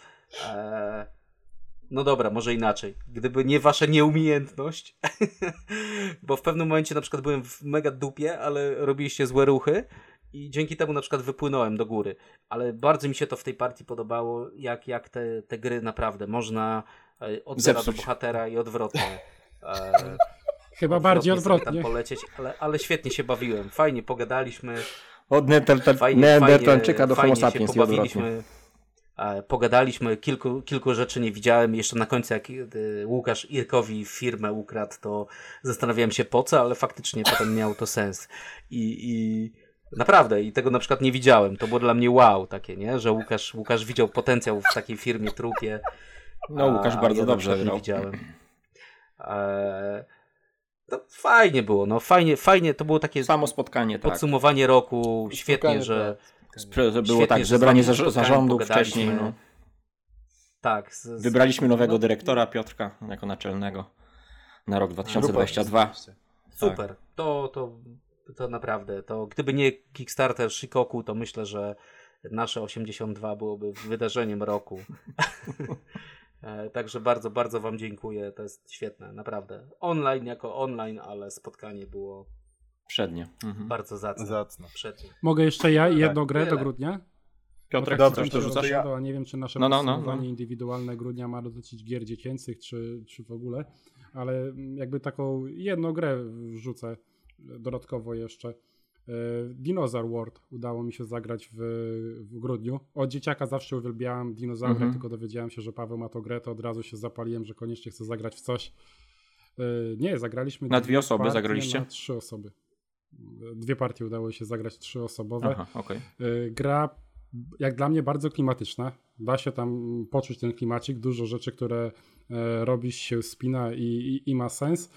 no dobra, może inaczej. Gdyby nie wasza nieumiejętność, bo w pewnym momencie na przykład byłem w mega dupie, ale robiliście złe ruchy i dzięki temu na przykład wypłynąłem do góry. Ale bardzo mi się to w tej partii podobało, jak te gry naprawdę można od zera do bohatera i odwrotnie. Chyba bardziej odwrotnie. Tam polecieć, ale świetnie się bawiłem. Fajnie pogadaliśmy. Od Neandertalczyka do Homo sapiens i odwrotnie. Pogadaliśmy, kilku rzeczy nie widziałem. Jeszcze na końcu, jak Łukasz Irkowi firmę ukradł, to zastanawiałem się po co, ale faktycznie potem miał to sens. I naprawdę, i tego na przykład nie widziałem. To było dla mnie wow takie, nie? Że Łukasz widział potencjał w takiej firmie trupie. No, Łukasz bardzo dobrze grał. Nie widziałem. To fajnie było, fajnie, to było takie samo spotkanie, podsumowanie roku. Świetnie, że było tak, zebranie zarządu wcześniej. Tak. Wybraliśmy nowego dyrektora Piotrka jako naczelnego na rok 2022. Super. Tak. To naprawdę. To gdyby nie Kickstarter Shikoku, to myślę, że nasze 82 byłoby wydarzeniem roku. Także bardzo, bardzo wam dziękuję. To jest świetne, naprawdę. Online jako online, ale spotkanie było przednie. Bardzo zacne. Przednie. Mogę jeszcze jedną grę do grudnia? Piotrek, coś to rzucasz? Nie wiem, czy nasze podsumowanie indywidualne grudnia ma dotyczyć gier dziecięcych, czy w ogóle, ale jakby taką jedną grę wrzucę dodatkowo jeszcze. Dinosaur World udało mi się zagrać w grudniu. Od dzieciaka zawsze uwielbiałem dinozaury, tylko dowiedziałem się, że Paweł ma tą grę, to od razu się zapaliłem, że koniecznie chcę zagrać w coś. Nie, zagraliśmy... Na 2 osoby zagraliście? Na 3 osoby. 2 partie udało się zagrać 3-osobowe. Aha, okay. Gra jak dla mnie bardzo klimatyczna. Da się tam poczuć ten klimacik. Dużo rzeczy, które robisz, się spina i ma sens.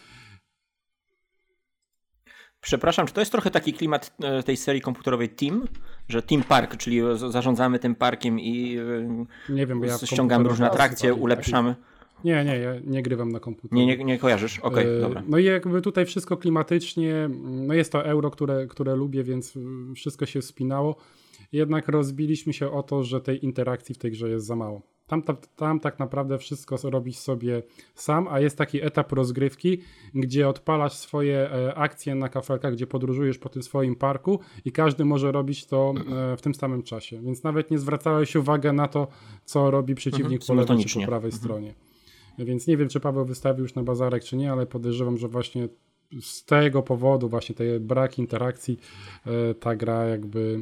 Przepraszam, czy to jest trochę taki klimat tej serii komputerowej Team? Że Team Park, czyli zarządzamy tym parkiem i nie wiem, bo ja ściągamy różne atrakcje, ulepszamy. Nie, ja nie grywam na komputerze. Nie kojarzysz? Okej, dobra. No i jakby tutaj wszystko klimatycznie, no jest to euro, które lubię, więc wszystko się spinało. Jednak rozbiliśmy się o to, że tej interakcji w tej grze jest za mało. Tam tak naprawdę wszystko robisz sobie sam, a jest taki etap rozgrywki, gdzie odpalasz swoje akcje na kafelkach, gdzie podróżujesz po tym swoim parku i każdy może robić to w tym samym czasie. Więc nawet nie zwracałeś uwagi na to, co robi przeciwnik po lewej czy po prawej stronie. Więc nie wiem, czy Paweł wystawił już na bazarek, czy nie, ale podejrzewam, że właśnie z tego powodu, właśnie tej brak interakcji, ta gra jakby...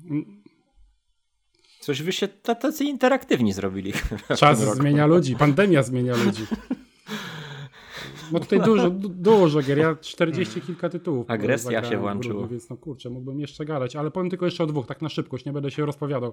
Coś wy się tacy interaktywni zrobili. Czas zmienia ludzi, pandemia zmienia ludzi. No tutaj dużo gier, ja 40 kilka tytułów. Agresja się włączyła. Więc no kurczę, mógłbym jeszcze gadać, ale powiem tylko jeszcze o 2, tak na szybkość, nie będę się rozpowiadał.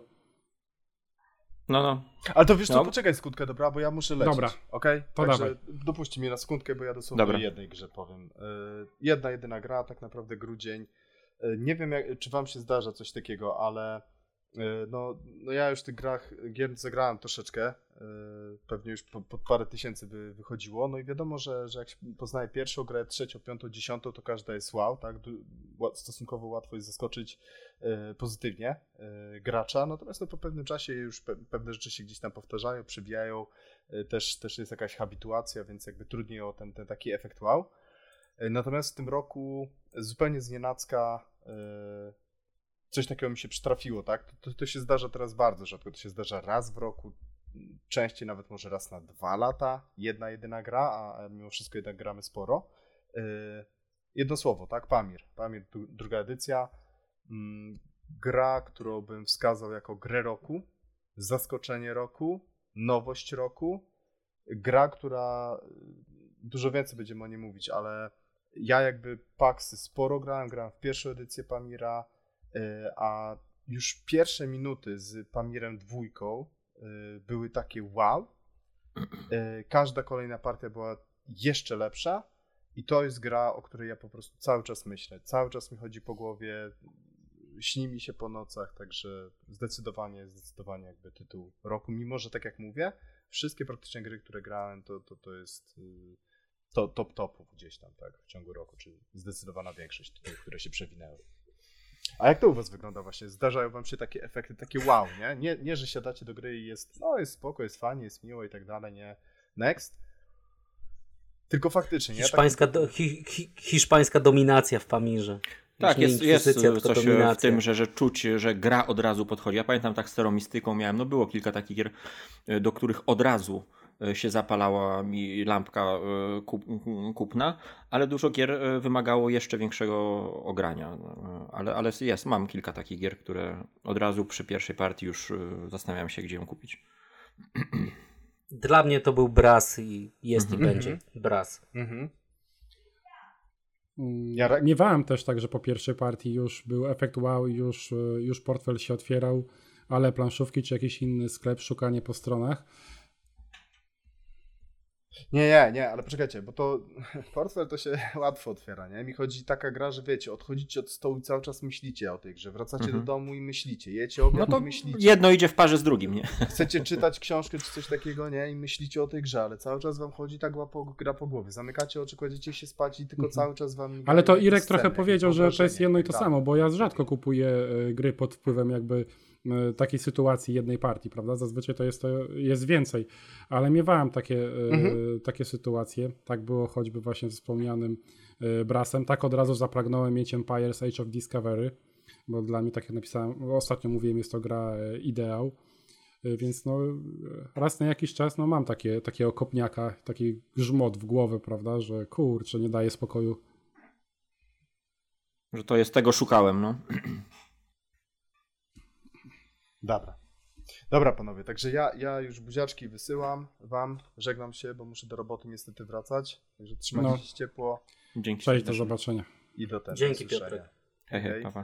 No. Ale to wiesz co, poczekaj sekundkę, dobra, bo ja muszę lecieć. Dobra, okej? To Także dawaj. dopuśćcie mnie na sekundkę, bo ja dosłownie o jednej grze powiem. Jedyna gra, tak naprawdę grudzień. Nie wiem, czy wam się zdarza coś takiego, ale no ja już w tych gier zagrałem troszeczkę. Pewnie już po parę tysięcy by wychodziło. No i wiadomo, że jak się poznaje pierwszą grę, trzecią, piątą, dziesiątą, to każda jest wow, tak? Stosunkowo łatwo jest zaskoczyć pozytywnie gracza, natomiast no, po pewnym czasie już pewne rzeczy się gdzieś tam powtarzają, przebijają, też jest jakaś habituacja, więc jakby trudniej o ten taki efekt wow. Natomiast w tym roku zupełnie znienacka coś takiego mi się przytrafiło, tak? To się zdarza teraz bardzo rzadko, to się zdarza raz w roku, częściej nawet może raz na 2 lata, jedyna gra, a mimo wszystko jednak gramy sporo. Jedno słowo, tak? Pamir, druga edycja. Gra, którą bym wskazał jako grę roku, zaskoczenie roku, nowość roku. Gra, która dużo więcej będziemy o niej mówić, ale ja jakby Paxy sporo grałem w pierwszą edycję Pamira, a już pierwsze minuty z Pamirem 2 były takie wow. Każda kolejna partia była jeszcze lepsza i to jest gra, o której ja po prostu cały czas myślę. Cały czas mi chodzi po głowie, śni mi się po nocach, także zdecydowanie jakby tytuł roku. Mimo że tak jak mówię, wszystkie praktycznie gry, które grałem, to jest top topów gdzieś tam, tak, w ciągu roku, czyli zdecydowana większość tytułów, które się przewinęły. A jak to u was wygląda właśnie? Zdarzają wam się takie efekty, takie wow, nie? Nie, że siadacie do gry i jest spoko, jest fajnie, jest miło i tak dalej, nie? Next. Tylko faktycznie, nie? Hiszpańska dominacja w Pamirze. Tak, jest coś w tym, że czuć, że gra od razu podchodzi. Ja pamiętam tak z Steromistyką miałem, no było kilka takich gier, do których od razu się zapalała mi lampka kupna, ale dużo gier wymagało jeszcze większego ogrania. Ale mam kilka takich gier, które od razu przy pierwszej partii już zastanawiam się, gdzie ją kupić. Dla mnie to był Brass i jest i będzie Brass. Miewałem też tak, że po pierwszej partii już był efekt wow, już portfel się otwierał, ale planszówki czy jakiś inny sklep, szukanie po stronach. Nie, ale poczekajcie, bo to portfel to się łatwo otwiera, nie? Mi chodzi taka gra, że wiecie, odchodzicie od stołu i cały czas myślicie o tej grze, wracacie do domu i myślicie, jecie obiad i myślicie. Jedno idzie w parze z drugim, nie? Chcecie czytać książkę czy coś takiego, nie? I myślicie o tej grze, ale cały czas wam chodzi ta gra po głowie. Zamykacie oczy, kładziecie się spać i tylko cały czas wam... Ale to Irek trochę powiedział, że to jest jedno i to samo, bo ja rzadko kupuję gry pod wpływem jakby takiej sytuacji jednej partii, prawda? Zazwyczaj to jest więcej, ale miewałem takie sytuacje. Tak było choćby właśnie ze wspomnianym Brassem. Tak od razu zapragnąłem mieć Empires Age of Discovery, bo dla mnie, tak jak napisałem, ostatnio mówiłem, jest to gra ideał. Więc no raz na jakiś czas mam takiego kopniaka, taki grzmot w głowę, prawda, że kurczę, nie daje spokoju. Że to jest tego szukałem, no. Dobra panowie, także ja już buziaczki wysyłam wam, żegnam się, bo muszę do roboty niestety wracać, także trzymajcie się ciepło. Dzięki. Cześć, do zobaczenia. I do tego. Dzięki Piotrek. Hej, Paweł.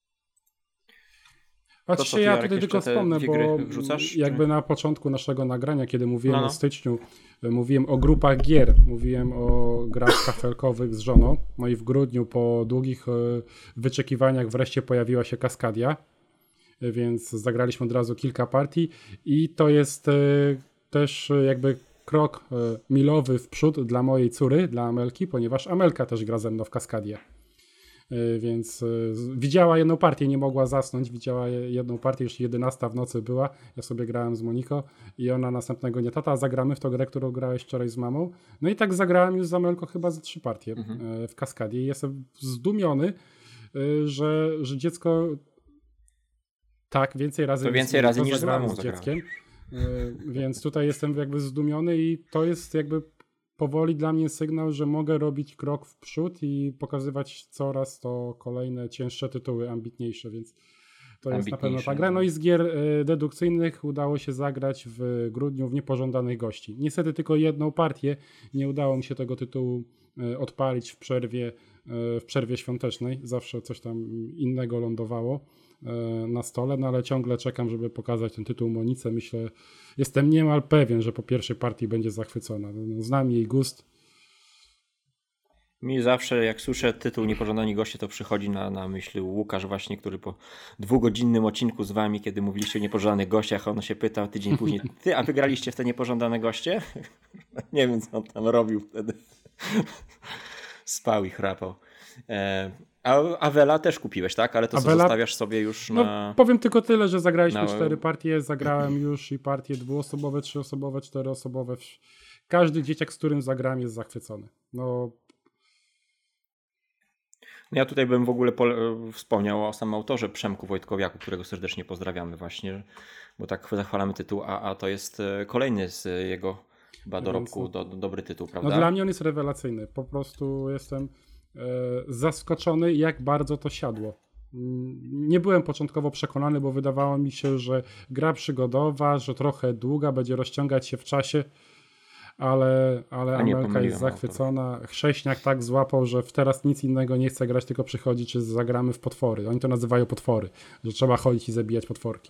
Patrzcie, ja tutaj tylko wspomnę, bo jakby na początku naszego nagrania, kiedy mówiłem o styczniu, mówiłem o grupach gier, mówiłem o grach kafelkowych z żoną, no i w grudniu po długich wyczekiwaniach wreszcie pojawiła się Kaskadia, więc zagraliśmy od razu kilka partii i to jest też jakby krok milowy w przód dla mojej córy, dla Amelki, ponieważ Amelka też gra ze mną w Kaskadzie. Więc widziała jedną partię, nie mogła zasnąć, widziała jedną partię, już 11 w nocy była, ja sobie grałem z Moniko i ona następnego dnia, tata, zagramy w tą grę, którą grałeś wczoraj z mamą. No i tak zagrałem już z Amelką chyba ze 3 partie w Kaskadzie i jestem zdumiony, że dziecko tak więcej razy niż z mamą z dzieckiem. Więc tutaj jestem jakby zdumiony i to jest jakby powoli dla mnie sygnał, że mogę robić krok w przód i pokazywać coraz to kolejne cięższe tytuły, ambitniejsze, więc to jest na pewno ta gra. No i z gier dedukcyjnych udało się zagrać w grudniu w Niepożądanych Gości. Niestety tylko jedną partię, nie udało mi się tego tytułu odpalić w przerwie świątecznej. Zawsze coś tam innego lądowało na stole, no ale ciągle czekam, żeby pokazać ten tytuł Monice. Myślę, jestem niemal pewien, że po pierwszej partii będzie zachwycona. Znam jej gust. Mi zawsze, jak słyszę tytuł Niepożądani Goście, to przychodzi na myśl Łukasz właśnie, który po 2-godzinnym odcinku z wami, kiedy mówiliście o niepożądanych gościach, on się pytał tydzień później, a wygraliście w te niepożądane goście? Nie wiem, co on tam robił wtedy. Spał i chrapał. A Avela też kupiłeś, tak? Ale to co zostawiasz sobie już na... No, powiem tylko tyle, że zagraliśmy 4 partie, zagrałem już i partie 2-osobowe, 3-osobowe, 4-osobowe. Każdy dzieciak, z którym zagrałem, jest zachwycony. No, ja tutaj bym w ogóle wspomniał o samym autorze Przemku Wojtkowiaku, którego serdecznie pozdrawiamy właśnie, bo tak zachwalamy tytuł, a to jest kolejny z jego chyba dorobku, dobry tytuł, prawda? No dla mnie on jest rewelacyjny. Po prostu jestem zaskoczony, jak bardzo to siadło. Nie byłem początkowo przekonany, bo wydawało mi się, że gra przygodowa, że trochę długa, będzie rozciągać się w czasie, ale Amelka jest zachwycona. Chrześniak tak złapał, że teraz nic innego nie chce grać, tylko przychodzi, czy zagramy w potwory. Oni to nazywają potwory, że trzeba chodzić i zabijać potworki.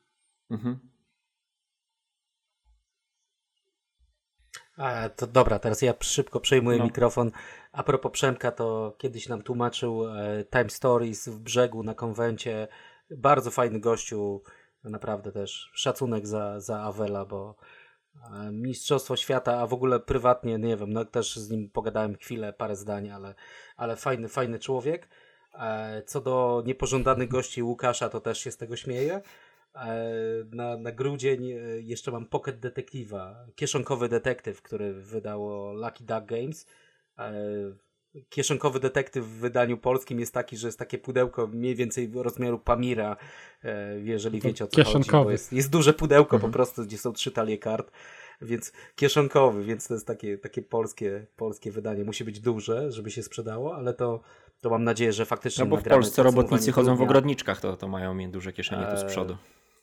To dobra, teraz ja szybko przejmuję mikrofon. A propos Przemka, to kiedyś nam tłumaczył Time Stories w Brzegu na konwencie. Bardzo fajny gościu, naprawdę też szacunek za Avela, bo Mistrzostwo Świata, a w ogóle prywatnie, nie wiem, no też z nim pogadałem chwilę, parę zdań, ale fajny człowiek. Co do Niepożądanych Gości Łukasza, to też się z tego śmieję. Na grudzień jeszcze mam Pocket Detective'a, kieszonkowy detektyw, który wydało Lucky Duck Games. Kieszonkowy detektyw w wydaniu polskim jest taki, że jest takie pudełko mniej więcej rozmiaru Pamira, jeżeli wiecie o co chodzi, bo jest duże pudełko po prostu, gdzie są 3 talie kart, więc kieszonkowy, więc to jest takie polskie wydanie. Musi być duże, żeby się sprzedało, ale to mam nadzieję, że faktycznie... No bo w Polsce robotnicy chodzą w ogrodniczkach, to mają mieć duże kieszenie tu z przodu.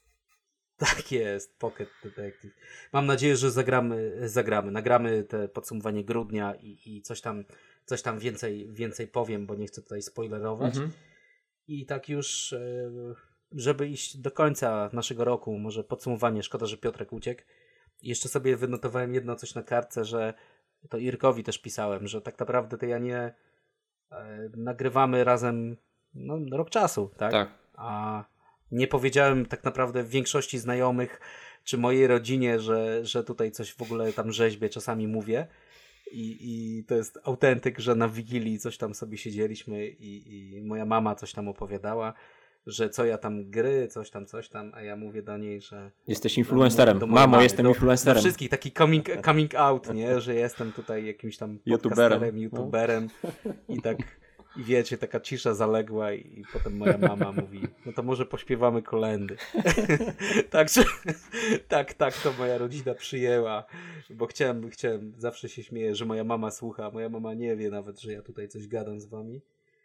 Tak jest, Pocket Detective. Mam nadzieję, że zagramy. Nagramy te podsumowanie grudnia i coś tam więcej powiem, bo nie chcę tutaj spoilerować. I tak już, żeby iść do końca naszego roku, może podsumowanie, szkoda, że Piotrek uciekł. Jeszcze sobie wynotowałem jedno coś na kartce, że to Irkowi też pisałem, że tak naprawdę to ja nie nagrywamy razem rok czasu, tak? Tak. A nie powiedziałem tak naprawdę większości znajomych czy mojej rodzinie, że tutaj coś w ogóle tam rzeźbię, czasami mówię. I to jest autentyk, że na Wigilii coś tam sobie siedzieliśmy i moja mama coś tam opowiadała, że co ja tam gry, coś tam, a ja mówię do niej, że... Jesteś influencerem. Mamo, jestem influencerem. Do wszystkich, taki coming out, nie? Że jestem tutaj jakimś tam youtuberem i tak... I wiecie, taka cisza zaległa i potem moja mama mówi, no to może pośpiewamy kolędy. Także tak to moja rodzina przyjęła, bo chciałem, zawsze się śmieję, że moja mama słucha, moja mama nie wie nawet, że ja tutaj coś gadam z wami.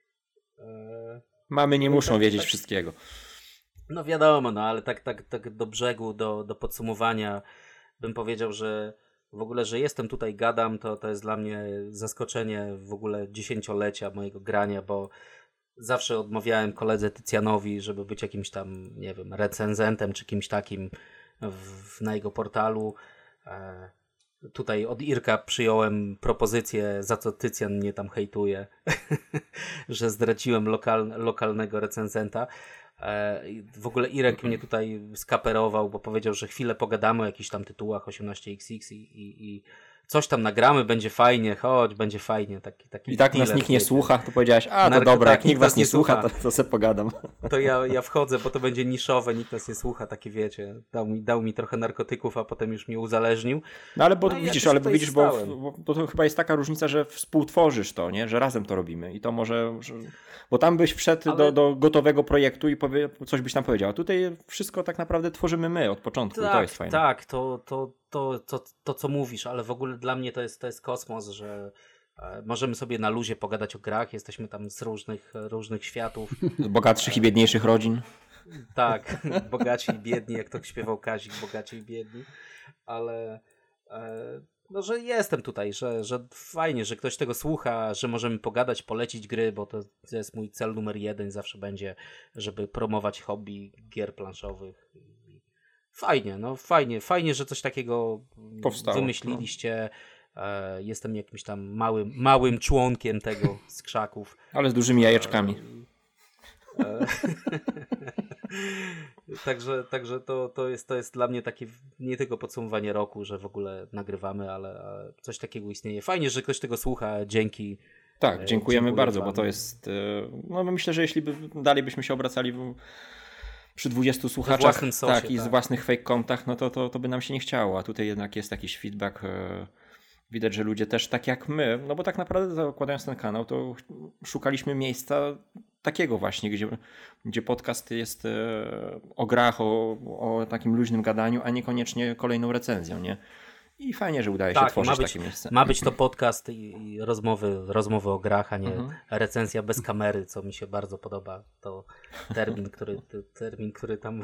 Mamy nie muszą wiedzieć wszystkiego. No wiadomo, ale tak do brzegu, do podsumowania bym powiedział, że w ogóle, że jestem tutaj, gadam, to jest dla mnie zaskoczenie w ogóle 10-lecia mojego grania, bo zawsze odmawiałem koledze Tycjanowi, żeby być jakimś tam, nie wiem, recenzentem czy kimś takim na jego portalu. tutaj od Irka przyjąłem propozycję, za co Tycjan mnie tam hejtuje, że zdradziłem lokalnego recenzenta. W ogóle Irek mnie tutaj skaperował, bo powiedział, że chwilę pogadamy o jakichś tam tytułach 18XX i coś tam nagramy, będzie fajnie, chodź, będzie fajnie. Taki I tak nas nikt nie słucha, to powiedziałeś, to dobra, jak nikt was nie słucha, to sobie pogadam. To ja wchodzę, bo to będzie niszowe, nikt nas nie słucha, takie wiecie, dał mi trochę narkotyków, a potem już mnie uzależnił. No ale widzisz, bo to chyba jest taka różnica, że współtworzysz to, nie? Że razem to robimy i to może, bo tam byś wszedł do gotowego projektu i coś byś tam powiedział, a tutaj wszystko tak naprawdę tworzymy my od początku i to jest fajne. Tak, to co mówisz, ale w ogóle dla mnie to jest kosmos, że możemy sobie na luzie pogadać o grach, jesteśmy tam z różnych światów. Z bogatszych i biedniejszych rodzin. Tak, bogaci i biedni, jak to śpiewał Kazik, bogaci i biedni, ale no, że jestem tutaj, że fajnie, że ktoś tego słucha, że możemy pogadać, polecić gry, bo to jest mój cel numer 1, zawsze będzie, żeby promować hobby gier planszowych. Fajnie, że coś takiego powstało, wymyśliliście. Jestem jakimś tam małym członkiem tego z krzaków. Ale z dużymi jajeczkami. Także to jest dla mnie takie nie tylko podsumowanie roku, że w ogóle nagrywamy, ale coś takiego istnieje. Fajnie, że ktoś tego słucha. Dzięki. Tak, dziękuję bardzo, bo to jest... No myślę, że jeśli dalej byśmy się obracali przy 20 słuchaczach i z własnych fake kontach, no to by nam się nie chciało, a tutaj jednak jest jakiś feedback. Widać, że ludzie też tak jak my, no bo tak naprawdę zakładając ten kanał, to szukaliśmy miejsca takiego właśnie, gdzie podcast jest o grach, o takim luźnym gadaniu, a niekoniecznie kolejną recenzją, nie? I fajnie, że udaje się tworzyć takie miejsce. Ma być to podcast i rozmowy o grach, a nie recenzja bez kamery, co mi się bardzo podoba. To termin, który tam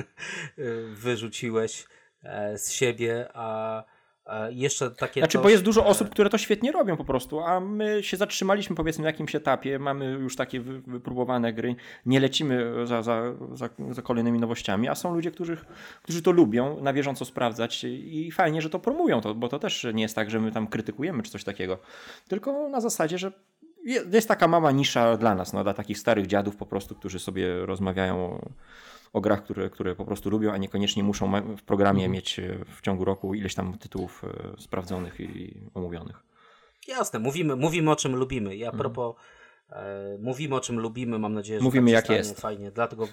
wyrzuciłeś z siebie, a jeszcze takie... Znaczy, bo jest dużo osób, które to świetnie robią po prostu, a my się zatrzymaliśmy powiedzmy na jakimś etapie, mamy już takie wypróbowane gry, nie lecimy za kolejnymi nowościami, a są ludzie, którzy to lubią na bieżąco sprawdzać i fajnie, że to promują, bo to też nie jest tak, że my tam krytykujemy czy coś takiego, tylko na zasadzie, że jest taka mała nisza dla nas, dla takich starych dziadów po prostu, którzy sobie rozmawiają o grach, które po prostu lubią, a niekoniecznie muszą w programie mieć w ciągu roku ileś tam tytułów sprawdzonych i omówionych. Jasne, mówimy o czym lubimy. Ja a propos mówimy o czym lubimy, mam nadzieję, że mówimy jak jest. Fajnie, dlatego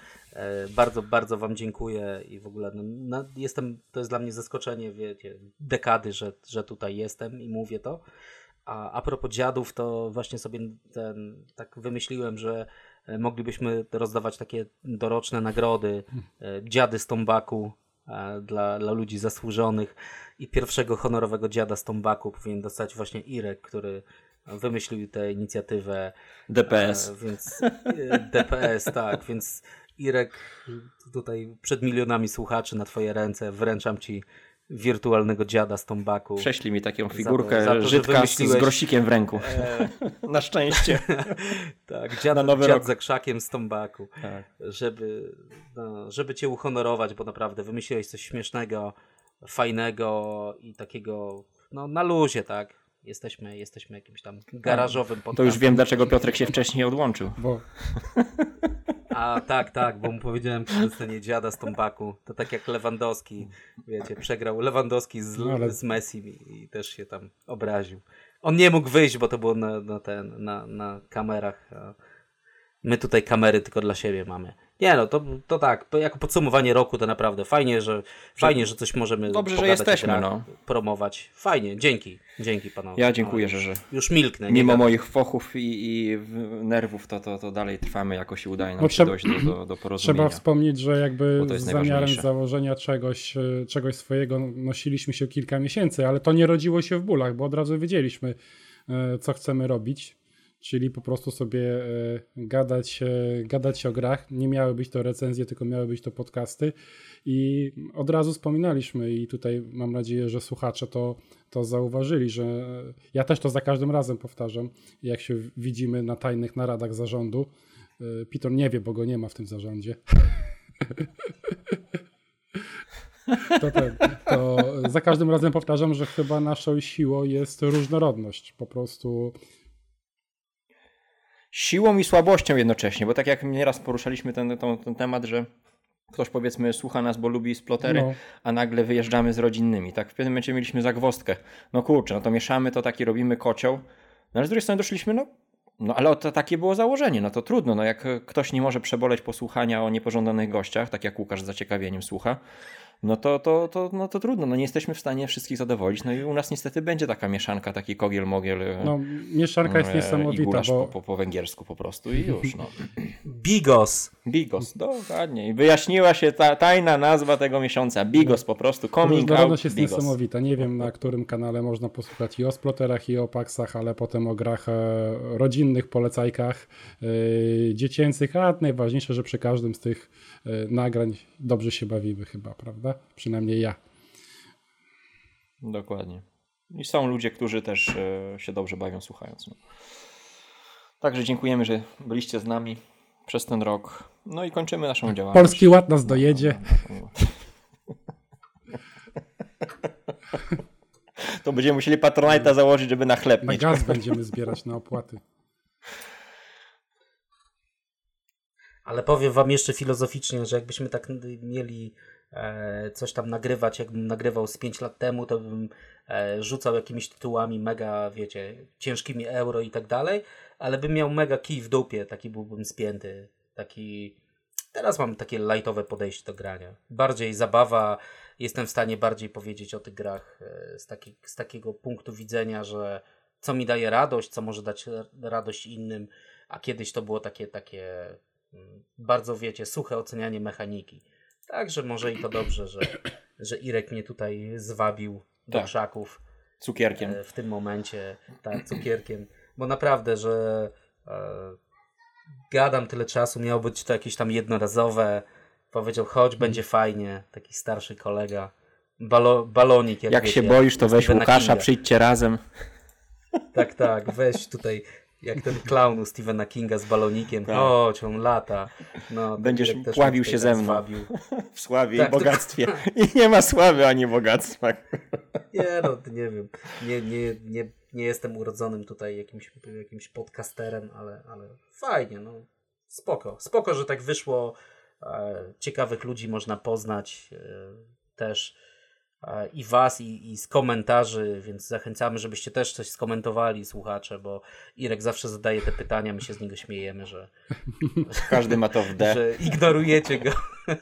bardzo wam dziękuję i w ogóle to jest dla mnie zaskoczenie, wiecie, dekady, że tutaj jestem i mówię to. A propos dziadów, to właśnie sobie tak wymyśliłem, że moglibyśmy rozdawać takie doroczne nagrody, dziady z Tombaku dla ludzi zasłużonych i pierwszego honorowego dziada z Tombaku powinien dostać właśnie Irek, który wymyślił tę inicjatywę. DPS. DPS, tak, więc Irek, tutaj przed milionami słuchaczy na twoje ręce wręczam ci wirtualnego dziada z Tombaku. Prześlij mi taką figurkę Żydka z grosikiem w ręku. Na szczęście. Tak, dziad za krzakiem z Tombaku. Tak. Żeby cię uhonorować, bo naprawdę wymyśliłeś coś śmiesznego, fajnego i takiego na luzie, tak? Jesteśmy jakimś tam garażowym podcastem. To już wiem, dlaczego Piotrek się wcześniej odłączył. A tak, bo mu powiedziałem przy dostanie dziada z Tombaku. To tak jak Lewandowski, wiecie, przegrał Lewandowski z Messi i też się tam obraził. On nie mógł wyjść, bo to było na kamerach. My tutaj kamery tylko dla siebie mamy. Nie no, to tak, jako podsumowanie roku to naprawdę fajnie, że coś możemy dobrze, że jesteśmy, promować. Fajnie, dzięki panowie. Ja dziękuję, że już milknę. Mimo moich fochów i nerwów to dalej trwamy, jakoś się udaje nam się dojść do porozumienia. Trzeba wspomnieć, że jakby z zamiarem założenia czegoś swojego nosiliśmy się kilka miesięcy, ale to nie rodziło się w bólach, bo od razu wiedzieliśmy, co chcemy robić. Czyli po prostu sobie gadać o grach. Nie miały być to recenzje, tylko miały być to podcasty. I od razu wspominaliśmy i tutaj mam nadzieję, że słuchacze to zauważyli, że ja też to za każdym razem powtarzam, jak się widzimy na tajnych naradach zarządu. Piton nie wie, bo go nie ma w tym zarządzie. To za każdym razem powtarzam, że chyba naszą siłą jest różnorodność. Po prostu siłą i słabością jednocześnie, bo tak jak nieraz poruszaliśmy ten temat, że ktoś powiedzmy słucha nas, bo lubi splotery, a nagle wyjeżdżamy z rodzinnymi. Tak w pewnym momencie mieliśmy zagwozdkę. No kurczę, no to mieszamy to taki, robimy kocioł. No ale z drugiej strony doszliśmy, no ale to takie było założenie, no to trudno. No jak ktoś nie może przeboleć posłuchania o niepożądanych gościach, tak jak Łukasz z zaciekawieniem słucha, no to trudno, no nie jesteśmy w stanie wszystkich zadowolić, no i u nas niestety będzie taka mieszanka, taki kogiel-mogiel. No mieszanka jest niesamowita, i gulasz po węgiersku po prostu i już, no. Bigos, dokładnie. I wyjaśniła się ta tajna nazwa tego miesiąca. Bigos po prostu, coming out jest Bigos. Niesamowita. Nie wiem, na którym kanale można posłuchać i o sploterach, i o paksach, ale potem o grach rodzinnych, polecajkach dziecięcych, a najważniejsze, że przy każdym z tych nagrań dobrze się bawimy chyba, prawda? Przynajmniej ja. Dokładnie. I są ludzie, którzy też się dobrze bawią słuchając. No. Także dziękujemy, że byliście z nami przez ten rok. No i kończymy naszą działalność. Polski Ład nas dojedzie. To będziemy musieli Patronite'a założyć, żeby na chleb mieć. Na gaz będziemy zbierać, na opłaty. Ale powiem wam jeszcze filozoficznie, że jakbyśmy tak mieli coś tam nagrywać, jakbym nagrywał z 5 lat temu, to bym rzucał jakimiś tytułami mega, wiecie, ciężkimi euro i tak dalej, ale bym miał mega kij w dupie, taki byłbym spięty, taki... Teraz mam takie lightowe podejście do grania. Bardziej zabawa, jestem w stanie bardziej powiedzieć o tych grach z takiego punktu widzenia, że co mi daje radość, co może dać radość innym, a kiedyś to było takie bardzo, wiecie, suche ocenianie mechaniki. Także może i to dobrze, że Irek mnie tutaj zwabił do krzaków. Cukierkiem. W tym momencie. Tak, cukierkiem. Bo naprawdę, że gadam tyle czasu, miało być to jakieś tam jednorazowe. Powiedział, chodź, będzie fajnie. Taki starszy kolega. Balonik. Jak wiecie, się boisz, to weź Łukasza, przyjdźcie razem. Tak, weź tutaj. Jak ten clown u Stephena Kinga z balonikiem. Chodź, on lata. No, będziesz pławił się ze mną w sławie i bogactwie. I nie ma sławy ani bogactwa. Nie, no nie wiem. Nie jestem urodzonym tutaj jakimś podcasterem, ale fajnie. No. Spoko, że tak wyszło. Ciekawych ludzi można poznać też. I was, i z komentarzy, więc zachęcamy, żebyście też coś skomentowali, słuchacze, bo Irek zawsze zadaje te pytania, my się z niego śmiejemy, że każdy ma to w D. Że ignorujecie go.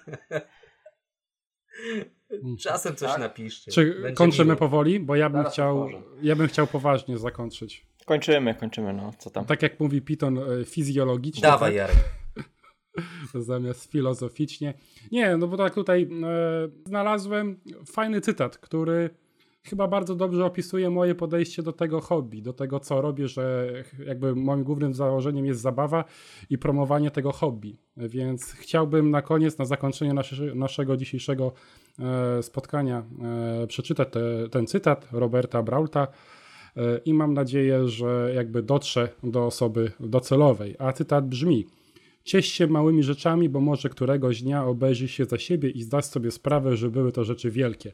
Czasem coś napiszcie. Czy kończymy powoli? Bo ja bym chciał poważnie zakończyć. Kończymy, no co tam? Tak jak mówi Piton, fizjologicznie. Dawaj, Jarek. Zamiast filozoficznie. Nie, no bo tak tutaj znalazłem fajny cytat, który chyba bardzo dobrze opisuje moje podejście do tego hobby, do tego co robię, że jakby moim głównym założeniem jest zabawa i promowanie tego hobby. Więc chciałbym na koniec, na zakończenie naszego dzisiejszego spotkania przeczytać ten cytat Roberta Braulta i mam nadzieję, że jakby dotrze do osoby docelowej. A cytat brzmi: ciesz się małymi rzeczami, bo może któregoś dnia obejrzysz się za siebie i zdasz sobie sprawę, że były to rzeczy wielkie.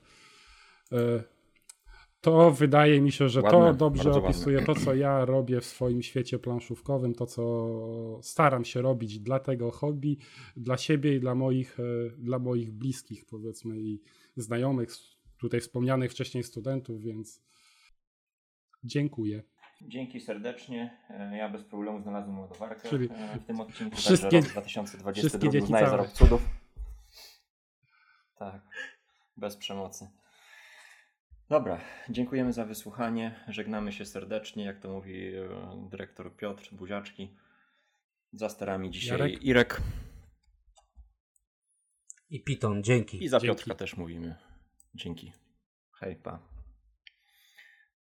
To wydaje mi się, że ładne, to dobrze opisuje ładne. To, co ja robię w swoim świecie planszówkowym, to, co staram się robić dla tego hobby, dla siebie i dla moich bliskich, powiedzmy, i znajomych, tutaj wspomnianych wcześniej studentów, więc dziękuję. Dzięki serdecznie. Ja bez problemu znalazłem ładowarkę w tym odcinku. Wszystkie, także rok 2022 uznaję za rok cudów. Tak, bez przemocy. Dobra, dziękujemy za wysłuchanie. Żegnamy się serdecznie, jak to mówi dyrektor Piotr Buziaczki. Za sterami dzisiaj Jarek. Irek. I Piton, dzięki. I za Piotrka też mówimy. Dzięki. Hej, pa.